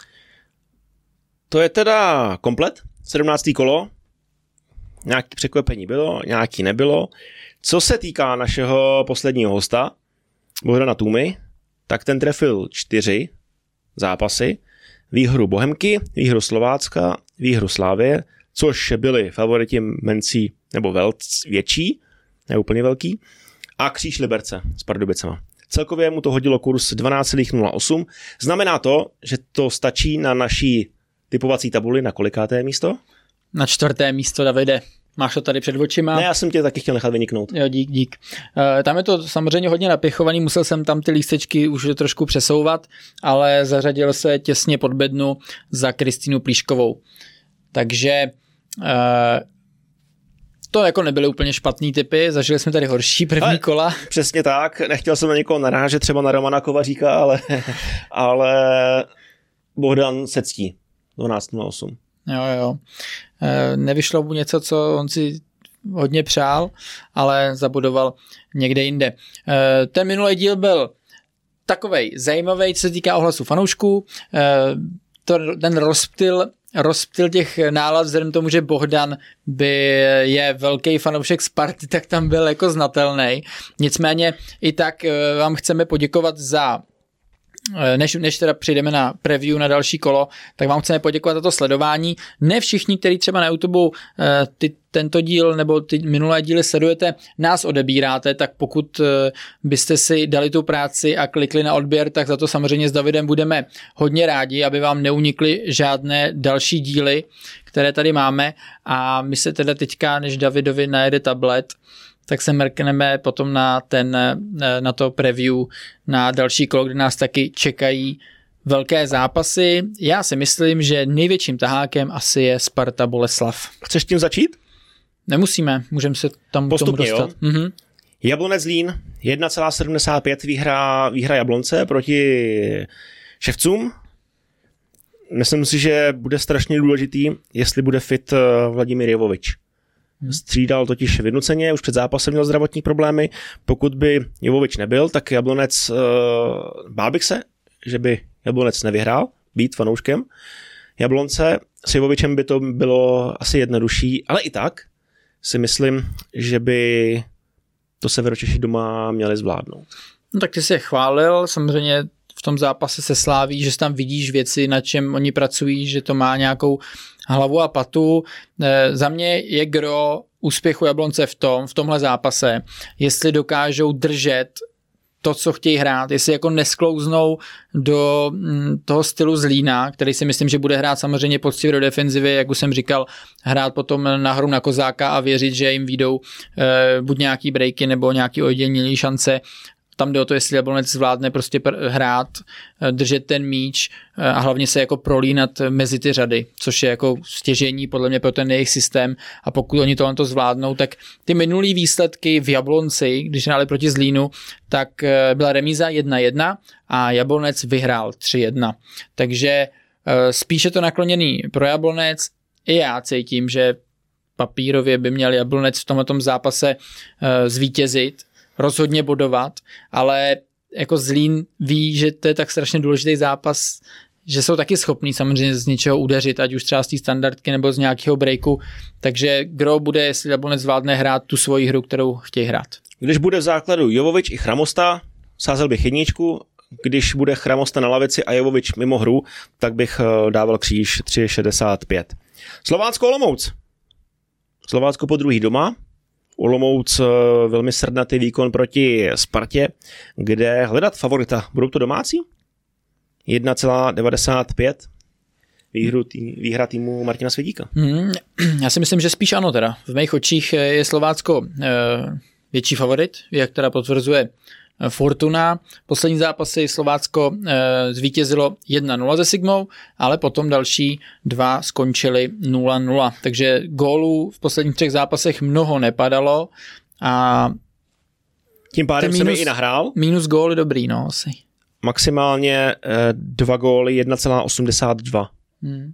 To je teda komplet, sedmnácté kolo. Nějaké překvapení bylo, nějaký nebylo. Co se týká našeho posledního hosta, Bohdana Tůmy, tak ten trefil čtyři zápasy. Výhru Bohemky, výhru Slovácka, výhru Slávie, což byli favoriti mencí nebo velc, větší, ne úplně velký, a Kříž Liberce s Pardubicema. Celkově mu to hodilo kurz dvanáct celá nula osm. Znamená to, že to stačí na naší typovací tabuli na kolikáté místo? Na čtvrté místo, Davide. Máš to tady před očima? Ne, já jsem tě taky chtěl nechat vyniknout. Jo, dík, dík. E, tam je to samozřejmě hodně napěchovaný, musel jsem tam ty lístečky už trošku přesouvat, ale zařadil se těsně pod bednu za Kristýnu Plíškovou. Takže e, to jako nebyly úplně špatný typy, zažili jsme tady horší první ale, kola. Přesně tak, nechtěl jsem na někoho narážet, třeba na Romana Kovaříka, ale, ale Bohdan se ctí. dvanáct nula osm. Jo, jo. E, nevyšlo mu něco, co on si hodně přál, ale zabudoval někde jinde. E, ten minulý díl byl takovej zajímavý, co se týká ohlasu fanoušků. E, to, ten rozptyl, rozptyl těch nálad vzhledem tomu, že Bohdan by je velký fanoušek Sparty, tak tam byl jako znatelný. Nicméně i tak vám chceme poděkovat za Než, než teda přijdeme na preview na další kolo, tak vám chceme poděkovat za to sledování. Ne všichni, kteří třeba na YouTube ty, tento díl nebo ty minulé díly sledujete, nás odebíráte, tak pokud byste si dali tu práci a klikli na odběr, tak za to samozřejmě s Davidem budeme hodně rádi, aby vám neunikly žádné další díly, které tady máme. A my se teda teďka, než Davidovi najede tablet, tak se mrkneme potom na, ten, na to preview na další kolo, kde nás taky čekají velké zápasy. Já si myslím, že největším tahákem asi je Sparta Boleslav. Chceš tím začít? Nemusíme, můžeme se tam postupně, tomu dostat. Mhm. Jablonec Zlín, jedna celá sedmdesát pět výhra, výhra Jablonce proti Ševcům. Myslím si, že bude strašně důležitý, jestli bude fit Vladimír Jovovič. Střídal totiž vynuceně, už před zápasem měl zdravotní problémy. Pokud by Jovovič nebyl, tak Jablonec, uh, bál bych se, že by Jablonec nevyhrál, být fanouškem Jablonce. S Jovovičem by to bylo asi jednodušší, ale i tak si myslím, že by to Severočeši doma měli zvládnout. No tak ty jsi je chválil, samozřejmě v tom zápase se Sláví, že tam vidíš věci, na čem oni pracují, že to má nějakou hlavu a patu. E, za mě je gro úspěchu Jablonce v tom, v tomhle zápase, jestli dokážou držet to, co chtějí hrát, jestli jako nesklouznou do m, toho stylu Zlína, který si myslím, že bude hrát samozřejmě poctivě do defenzivy, jak už jsem říkal, hrát potom na hru na Kozáka a věřit, že jim výjdou e, buď nějaký breaky nebo nějaký ojedinělý šance. Tam jde o to, jestli Jablonec zvládne prostě hrát, držet ten míč a hlavně se jako prolínat mezi ty řady, což je jako stěžení podle mě pro ten jejich systém a pokud oni tohle to zvládnou, tak ty minulý výsledky v Jablonci, když hráli proti Zlínu, tak byla remíza jedna jedna a Jablonec vyhrál tři jedna. Takže spíše to nakloněný pro Jablonec. I já cítím, že papírově by měl Jablonec v tomto zápase zvítězit, rozhodně bodovat, ale jako Zlín ví, že to je tak strašně důležitý zápas, že jsou taky schopní samozřejmě z něčeho udeřit, ať už třeba z té standardky nebo z nějakého breaku, takže gro bude, jestli Jablonec zvládne hrát tu svoji hru, kterou chtějí hrát. Když bude v základu Jovovič i Chramosta, sázel bych jedničku, když bude Chramosta na lavici a Jovovič mimo hru, tak bych dával kříž tři šedesát pět. Slovácko Olomouc. Slovácko po druhý doma. Olomouc velmi srdnatý výkon proti Spartě, kde hledat favorita. Budou to domácí? jedna celá devadesát pět výhru tý, výhra týmu Martina Svědíka. Hmm, já si myslím, že spíš ano teda. V mých očích je Slovácko e, větší favorit, jak teda potvrzuje Fortuna. Poslední zápasy Slovácko e, zvítězilo jedna nula se Sigmou, ale potom další dva skončily nula nula. Takže gólů v posledních třech zápasech mnoho nepadalo a Tím pádem minus, jsem je i nahrál. Minus gól je dobrý, no asi. Maximálně eh, dva góly, jedna celá osmdesát dva. Hmm.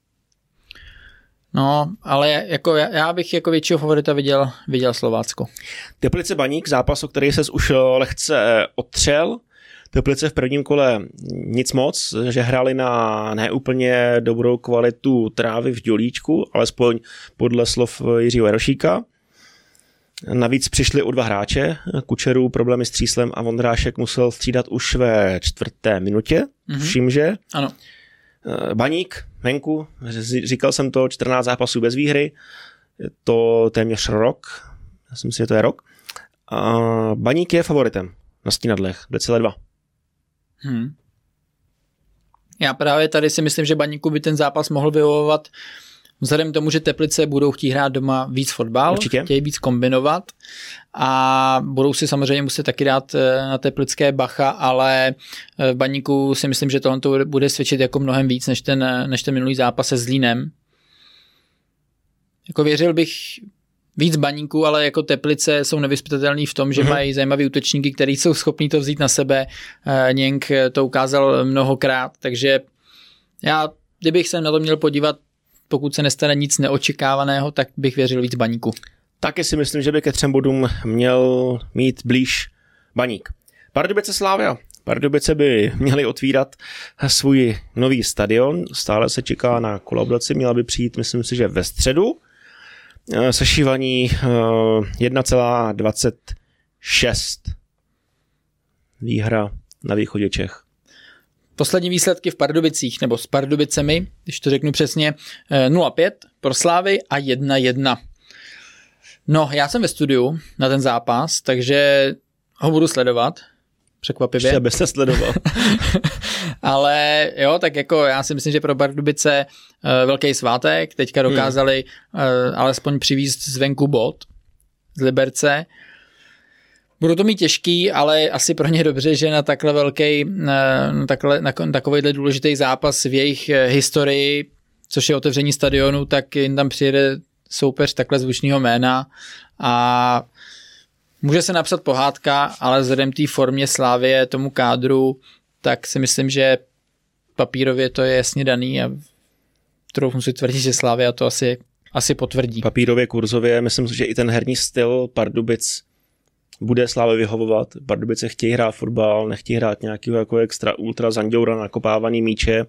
No, ale jako já bych jako většího favorita viděl, viděl Slovácko. Teplice Baník, zápas, o který ses už lehce otřel. Teplice v prvním kole nic moc, že hráli na neúplně dobrou kvalitu trávy v Dělíčku, alespoň podle slov Jiřího Jarošíka. Navíc přišli o dva hráče, Kučerů problémy s tříslem a Vondrášek musel střídat už ve čtvrté minutě, mm-hmm. všim, že? Ano. Baník, venku, říkal jsem to, čtrnáct zápasů bez výhry, je to téměř rok, já si myslím, že to je rok. A Baník je favoritem na Stínadlech, dvě celá dva. Hmm. Já právě tady si myslím, že Baníku by ten zápas mohl vyhovovat vzhledem k tomu, že Teplice budou chtít hrát doma víc fotbal, Určitě. Chtějí víc kombinovat a budou si samozřejmě muset taky dát na teplické bacha, ale v Baníku si myslím, že tohle bude svědčit jako mnohem víc než ten, než ten minulý zápas se Zlínem. Jako věřil bych víc Baníku, ale jako Teplice jsou nevyzpytatelný v tom, že mm-hmm. mají zajímavý útočníky, který jsou schopní to vzít na sebe. Něnk to ukázal mnohokrát, takže já, kdybych se na to měl podívat, pokud se nestane nic neočekávaného, tak bych věřil víc Baníku. Taky si myslím, že by ke třem bodům měl mít blíž Baník. Pardubice Slavia. Pardubice by měly otvírat svůj nový stadion. Stále se čeká na kolaboraci, měla by přijít, myslím si, že ve středu. Sešívaní jedna celá dvacet šest. Výhra na východě Čech. Poslední výsledky v Pardubicích, nebo s Pardubicemi, když to řeknu přesně, nula pět pro Slávy a jedna jedna. No, já jsem ve studiu na ten zápas, takže ho budu sledovat. Překvapivě. Ještě byste sledoval. Ale jo, tak jako já si myslím, že pro Pardubice uh, velký svátek, teďka dokázali hmm. uh, alespoň přivízt zvenku bod z Liberce. Budou to mít těžký, ale asi pro ně dobře, že na takhle velký, na, takhle, na takovýhle důležitý zápas v jejich historii, což je otevření stadionu, tak jim tam přijede soupeř takhle zvučného jména a může se napsat pohádka, ale vzhledem té formě Slávie, tomu kádru, tak si myslím, že papírově to je jasně daný a troufnu si tvrdit, že Slavia to asi, asi potvrdí. Papírově, kurzově, myslím, že i ten herní styl Pardubic bude Slávě vyhovovat. Pardubice chtějí hrát fotbal, nechtějí hrát nějaký jako extra ultra zanděura nakopávaný míče.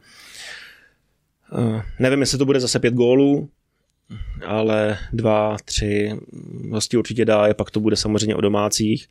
Uh, nevím, jestli to bude zase pět gólů, ale dva, tři hosti určitě dá, a pak to bude samozřejmě o domácích.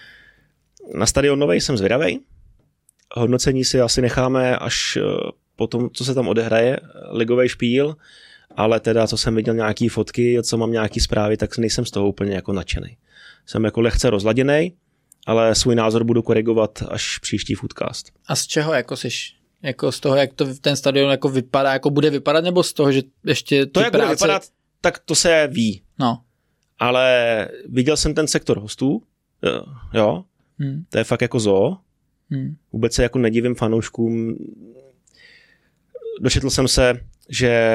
Na stadion novej jsem zvědavej. Hodnocení si asi necháme až po tom, co se tam odehraje, ligový špíl, ale teda, co jsem viděl nějaký fotky, co mám nějaký zprávy, tak nejsem z toho úplně jako nadšenej. Jsem jako lehce rozladěnej, ale svůj názor budu korigovat až příští Foodcast. A z čeho jako siš? Jako z toho, jak to ten stadion jako vypadá, jako bude vypadat, nebo z toho, že ještě to, jak práce... bude vypadat, tak to se ví. No. Ale viděl jsem ten sektor hostů, jo, hmm. to je fakt jako zoo. Hmm. Vůbec se jako nedivím fanouškům. Dočetl jsem se, že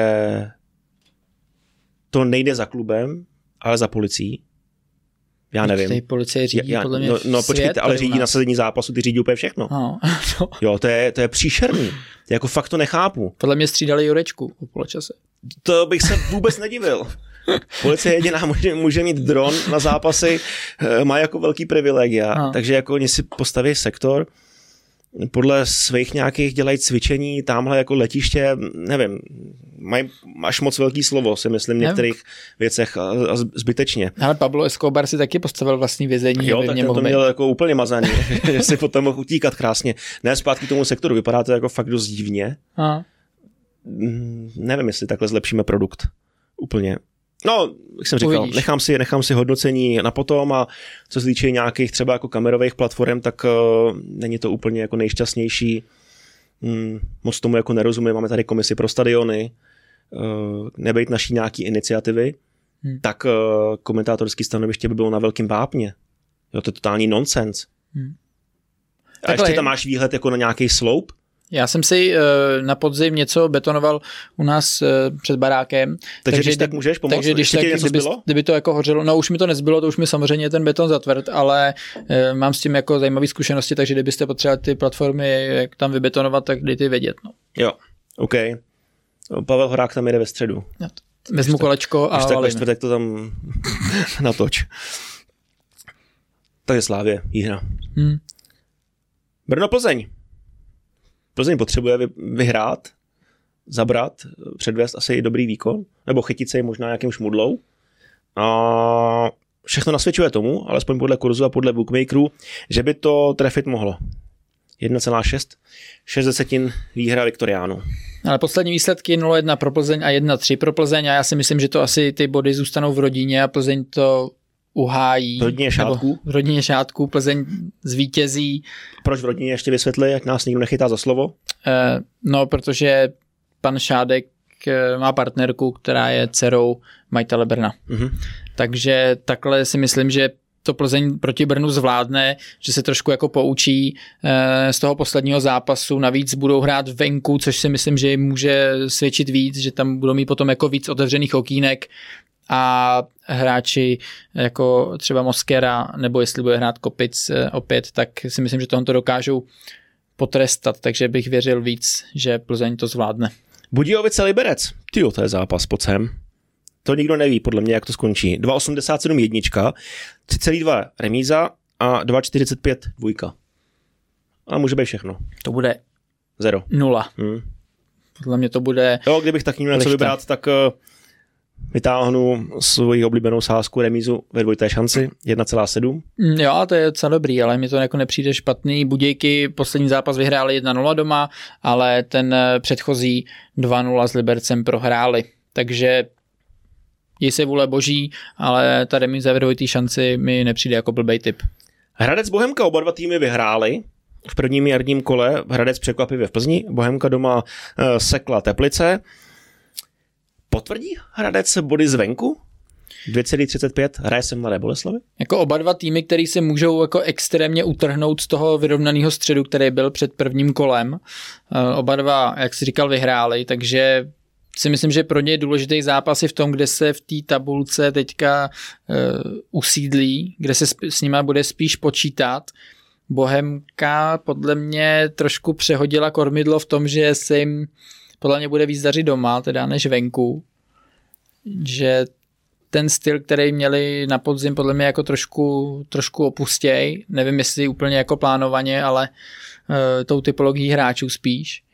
to nejde za klubem, ale za policií. Já nevím. Tej policie řídí já, podle mě No, no počkejte, ale řídí nasazení zápasu, ty řídí úplně všechno. No, no. Jo, to je, to je příšerný. Jako fakt to nechápu. Podle mě střídali Jurečku po poločase. To bych se vůbec nedivil. Policie jediná může, může mít dron na zápasy, má jako velký privilegia, no. Takže jako oni si postaví sektor, podle svých nějakých dělají cvičení, tamhle jako letiště, nevím, mají až moc velký slovo, si myslím, v některých nevím. věcech a, a zbytečně. Ale Pablo Escobar si taky postavil vlastní vězení. Jo, tak to měl jako úplně mazaný, že si potom mohl utíkat krásně. Ne, zpátky k tomu sektoru, vypadá to jako fakt dost divně. A. Nevím, jestli takhle zlepšíme produkt. Úplně. No, jak jsem říkal, nechám si, nechám si hodnocení na potom a co se týče nějakých třeba jako kamerových platform, tak uh, není to úplně jako nejšťastnější. Hmm, moc tomu jako nerozumím. Máme tady komisi pro stadiony, uh, nebejt naší nějaký iniciativy, hmm. tak uh, komentátorský stanoviště by bylo na velkým vápně. Jo, to je totální nonsens. Hmm. A ještě tam máš výhled jako na nějaký sloup. Já jsem si uh, na podzim něco betonoval u nás uh, před barákem. Takže, takže když tak můžeš pomoct? Takže když tak, kdyby, kdyby to jako hořelo, no už mi to nezbylo, to už mi samozřejmě ten beton zatvrt, ale uh, mám s tím jako zajímavé zkušenosti, takže kdybyste potřebovali ty platformy, jak tam vybetonovat, tak dejte vědět. No. Jo, OK. Pavel Horák tam jede ve středu. No, vezmu kolečko a valíme. Když tak to tam natoč. Takže Slávě, Jihra. Hmm. Brno Plzeň. Plzeň potřebuje vyhrát, zabrat, předvést asi i dobrý výkon, nebo chytit se jim možná nějakým šmudlou. A všechno nasvědčuje tomu, alespoň podle kurzu a podle bookmakerů, že by to trefit mohlo. jedna celá šest, šest desetin výhra Viktoriánu. Ale poslední výsledky nula jedna pro Plzeň a jedna tři pro Plzeň a já si myslím, že to asi ty body zůstanou v rodině a Plzeň to uhájí. V rodině Šátků? V rodině Šátků, Plzeň zvítězí. Proč v rodině ještě vysvětli, ať nás nikdo nechytá za slovo? Eh, no, protože pan Šádek eh, má partnerku, která je dcerou majitele Brna. Mm-hmm. Takže takhle si myslím, že to Plzeň proti Brnu zvládne, že se trošku jako poučí eh, z toho posledního zápasu. Navíc budou hrát venku, což si myslím, že jim může svědčit víc, že tam budou mít potom jako víc otevřených okýnek a hráči jako třeba Moskera, nebo jestli bude hrát Kopic opět, tak si myslím, že tohle to dokážou potrestat, takže bych věřil víc, že Plzeň to zvládne. Budějovice Liberec, tyjo, to je zápas, pojď sem. To nikdo neví, podle mě, jak to skončí. dva osmdesát sedm jednička, tři celá dva remíza a dva čtyřicet pět dvojka. A může být všechno. To bude Zero. Nula. Hmm. Podle mě to bude... Jo, kdybych tak měl něco vybrat, tak uh, vytáhnu svoji oblíbenou sázku remízu ve dvojité šanci, jedna celá sedm. Jo, to je docela dobrý, ale mi to jako nepřijde špatný. Budějky poslední zápas vyhráli jedna nula doma, ale ten předchozí dva nula s Libercem prohráli. Takže je se vůle boží, ale ta remíza ve dvojité šanci mi nepřijde jako blbej tip. Hradec Bohemka, oba dva týmy vyhráli v prvním jarním kole. Hradec překvapivě v Plzni, Bohemka doma uh, sekla Teplice. Potvrdí Hradec body zvenku? dvě celá třicet pět, hraje se Mladé Boleslavi? Jako oba dva týmy, který se můžou jako extrémně utrhnout z toho vyrovnaného středu, který byl před prvním kolem. Uh, oba dva, jak jsi říkal, vyhráli, takže si myslím, že pro ně je důležitý zápas i v tom, kde se v té tabulce teďka uh, usídlí, kde se sp- s nima bude spíš počítat. Bohemka podle mě trošku přehodila kormidlo v tom, že se jim podle mě bude víc dařit doma, teda než venku. Že ten styl, který měli na podzim, podle mě jako trošku, trošku opustěj. Nevím, jestli úplně jako plánovaně, ale uh, tou typologií hráčů spíš.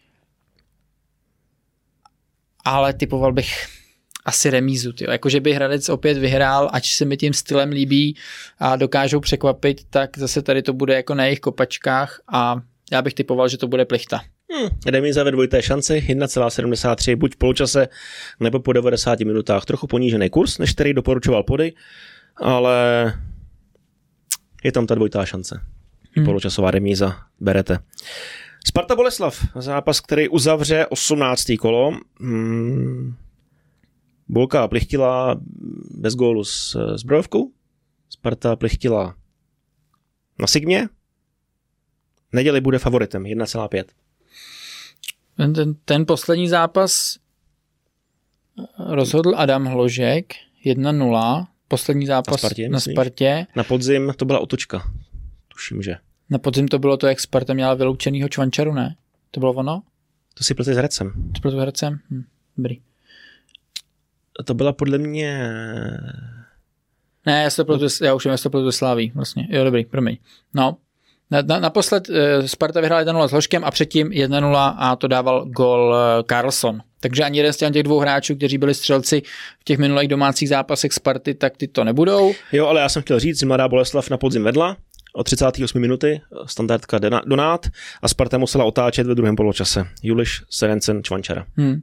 Ale typoval bych asi remízu. Tyjo. Jakože by Hradec opět vyhrál, ač se mi tím stylem líbí a dokážou překvapit, tak zase tady to bude jako na jejich kopačkách a já bych typoval, že to bude plichta. Hmm, remíza ve dvojité šanci, jedna celá sedmdesát tři, buď v poločase, nebo po devadesáti minutách. Trochu ponížený kurz, než který doporučoval Pody, ale je tam ta dvojitá šance. Hmm. Poločasová remíza, berete. Sparta Boleslav, zápas, který uzavře osmnácté kolo. Hmm. Bolka plichtila bez gólu s Zbrojovkou. Sparta plichtila na Sigmě. Neděli bude favoritem, jedna celá pět. Ten, ten, ten poslední zápas rozhodl Adam Hložek, jedna nula. Poslední zápas na Spartě. Na, Spartě. Na podzim to byla otočka. Tuším, že. Na podzim to bylo to, jak Sparta měla vyloučenýho Čvančaru, ne? To bylo ono? To si plete s Hradcem. To bylo s Hradcem? Hm, dobrý. To byla podle mě... Ne, já, to no. já už jsem to pro Sláví, vlastně. Jo, dobrý, promiň. No, na, na, naposled uh, Sparta vyhrála jedna nula s Hložkem a předtím jedna nula a to dával gol uh, Carlson. Takže ani jeden z těch dvou hráčů, kteří byli střelci v těch minulých domácích zápasech Sparty, tak ty to nebudou. Jo, ale já jsem chtěl říct, že Mladá Boleslav na podzim vedla o třicáté osmé minuty, standardka Donát a Sparta musela otáčet ve druhém poločase. Juliš, Serencen, Čvančara. Hmm.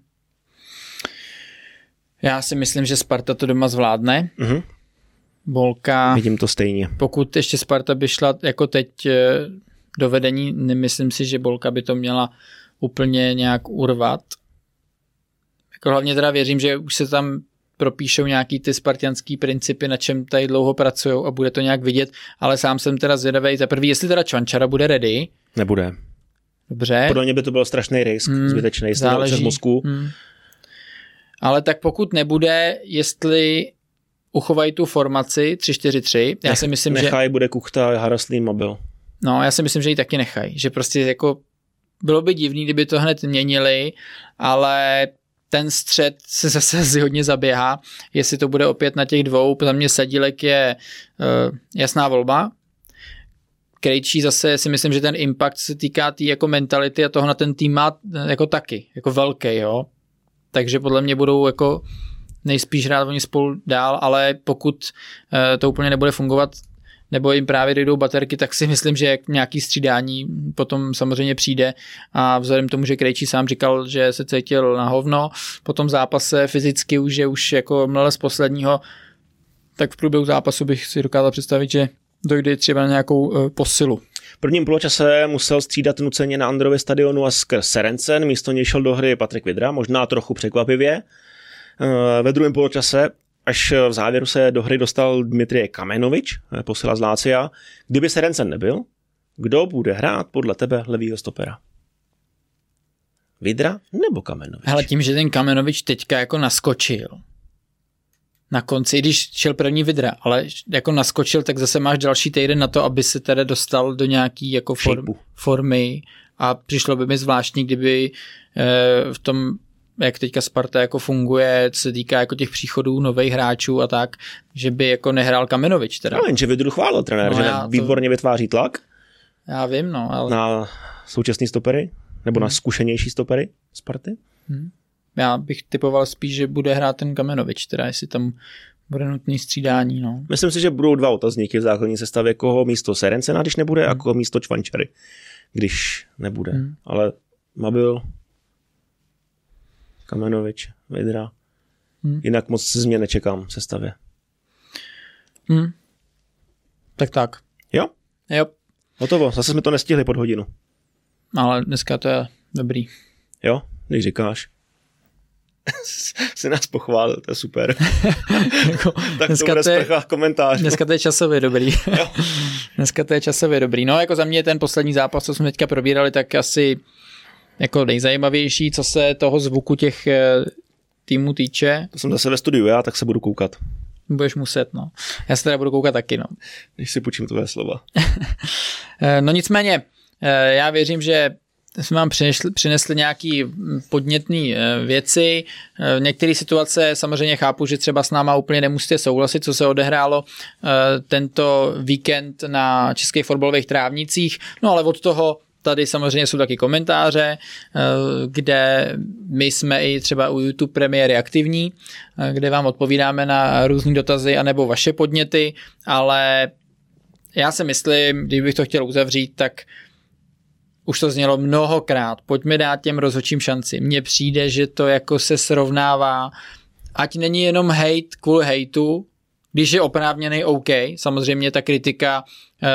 Já si myslím, že Sparta to doma zvládne. Mm-hmm. Bolka... Vidím to stejně. Pokud ještě Sparta by šla jako teď do vedení, nemyslím si, že Bolka by to měla úplně nějak urvat. Jako hlavně teda věřím, že už se tam propíšou nějaký ty spartianský principy, na čem tady dlouho pracujou a bude to nějak vidět, ale sám jsem teda zvědavej za prvý, jestli teda Čvančara bude ready. Nebude. Dobře. Podle mě by to byl strašný risk, hmm, zbytečný, střed mozku. Hmm. Ale tak pokud nebude, jestli uchovají tu formaci tři čtyři tři, já Nech, si myslím, nechaj, že... Nechaj, bude Kuchta, Haraslín, Mobil. No, já si myslím, že ji taky nechají. Že prostě jako bylo by divný, kdyby to hned měnili, ale ten střed se zase hodně zaběhá. Jestli to bude opět na těch dvou, za mě Sadílek je uh, jasná volba. Krejčí zase si myslím, že ten impact se týká té jako mentality a toho na ten tým má jako taky, jako velký, jo. Takže podle mě budou jako nejspíš hrát oni spolu dál, ale pokud uh, to úplně nebude fungovat, nebo jim právě dojdou baterky, tak si myslím, že nějaký střídání potom samozřejmě přijde a vzhledem tomu, že Krejčí sám říkal, že se cítil na hovno po tom zápase fyzicky už je už jako mlele z posledního, tak v průběhu zápasu bych si dokázal představit, že dojde třeba na nějakou uh, posilu. V prvním poločase musel střídat nuceně na Andrově stadionu a skrz Serencen, místo něj šel do hry Patrik Vydra, možná trochu překvapivě. Uh, ve druhém poločase až v závěru se do hry dostal Dmitrij Kamenovič, posila z Lácia. Kdyby Serencen nebyl, kdo bude hrát podle tebe levýho stopera? Vydra nebo Kamenovič? Hele, tím, že ten Kamenovič teďka jako naskočil na konci, když šel první Vydra, ale jako naskočil, tak zase máš další týden na to, aby se teda dostal do nějaký jako form, formy a přišlo by mi zvláštní, kdyby eh, v tom jak teďka Sparta jako funguje, co se týká jako těch příchodů nových hráčů a tak, že by jako nehrál Kamenovič teda. No, jenže Vydru chválil trenér, no, že výborně to... vytváří tlak. Já vím, no. Ale... Na současný stopery, nebo hmm. na zkušenější stopery Sparty. Hmm. Já bych typoval spíš, že bude hrát ten Kamenovič, teda jestli tam bude nutný střídání, no. Myslím si, že budou dva otazníky v základní sestavě, koho místo Serencena, když nebude, hmm. a koho místo Čvančary, když nebude. Hmm. Ale Mobil, Kamenovič, Vydra. Hmm. Jinak moc se změn nečekám v sestavě. Hmm. Tak tak. Jo? Jo. Hotovo, zase jsme to nestihli pod hodinu. Ale dneska to je dobrý. Jo, když říkáš. Jsi nás pochválil, to je super. jako, tak to bude sprcha komentář. Dneska to je časově dobrý. dneska to je časově dobrý. No jako za mě ten poslední zápas, co jsme teďka probírali, tak asi jako nejzajímavější, co se toho zvuku těch týmů týče. To jsem zase ve studiu já, tak se budu koukat. Budeš muset, no. Já se teda budu koukat taky, no. Když si půjčím tvoje slova. no nicméně, já věřím, že jsme vám přinesli, přinesli nějaký podnětný věci. V některé situace samozřejmě chápu, že třeba s náma úplně nemusíte souhlasit, co se odehrálo tento víkend na českých fotbalových trávnicích, no ale od toho tady samozřejmě jsou taky komentáře, kde my jsme i třeba u YouTube premiéry aktivní, kde vám odpovídáme na různé dotazy anebo vaše podněty, ale já si myslím, kdybych to chtěl uzavřít, tak už to znělo mnohokrát. Pojďme dát těm rozhodčím šanci. Mně přijde, že to jako se srovnává, ať není jenom hejt kvůli hejtu, když je oprávněný OK, samozřejmě ta kritika eh,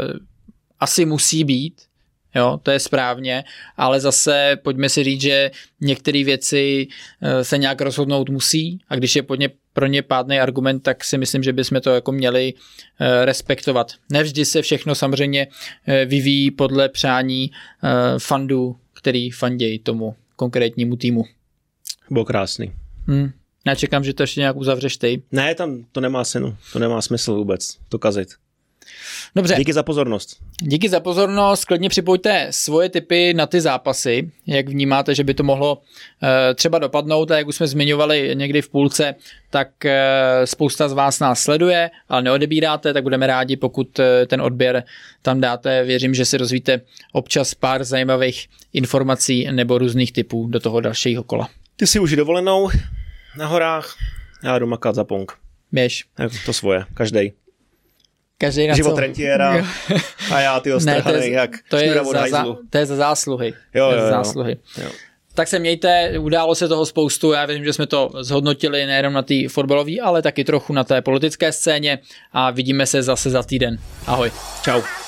asi musí být, jo, to je správně, ale zase pojďme si říct, že některé věci se nějak rozhodnout musí a když je pod ně, pro ně pádný argument, tak si myslím, že bychom to jako měli respektovat. Nevždy se všechno samozřejmě vyvíjí podle přání fandů, který fandějí tomu konkrétnímu týmu. Bylo krásný. Hmm. Já čekám, že to ještě nějak uzavřeš ty. Ne, tam to nemá cenu, to nemá smysl vůbec, to kazit. Dobře. Díky za pozornost. Díky za pozornost, klidně připojte svoje tipy na ty zápasy, jak vnímáte, že by to mohlo e, třeba dopadnout a jak už jsme zmiňovali někdy v půlce, tak e, spousta z vás nás sleduje, ale neodebíráte, tak budeme rádi, pokud e, ten odběr tam dáte. Věřím, že si rozvíte občas pár zajímavých informací nebo různých tipů do toho dalšího kola. Ty si už dovolenou na horách, já jdu makat za pong. Běž. To svoje, každej. Každý na život co? rentiera a já ty ostrhanej, jak to je, za, za, to je za zásluhy. Jo, jo, jo. Za zásluhy. Jo. Tak se mějte, událo se toho spoustu, já věřím, že jsme to zhodnotili nejenom na té fotbalové, ale taky trochu na té politické scéně a vidíme se zase za týden. Ahoj. Čau.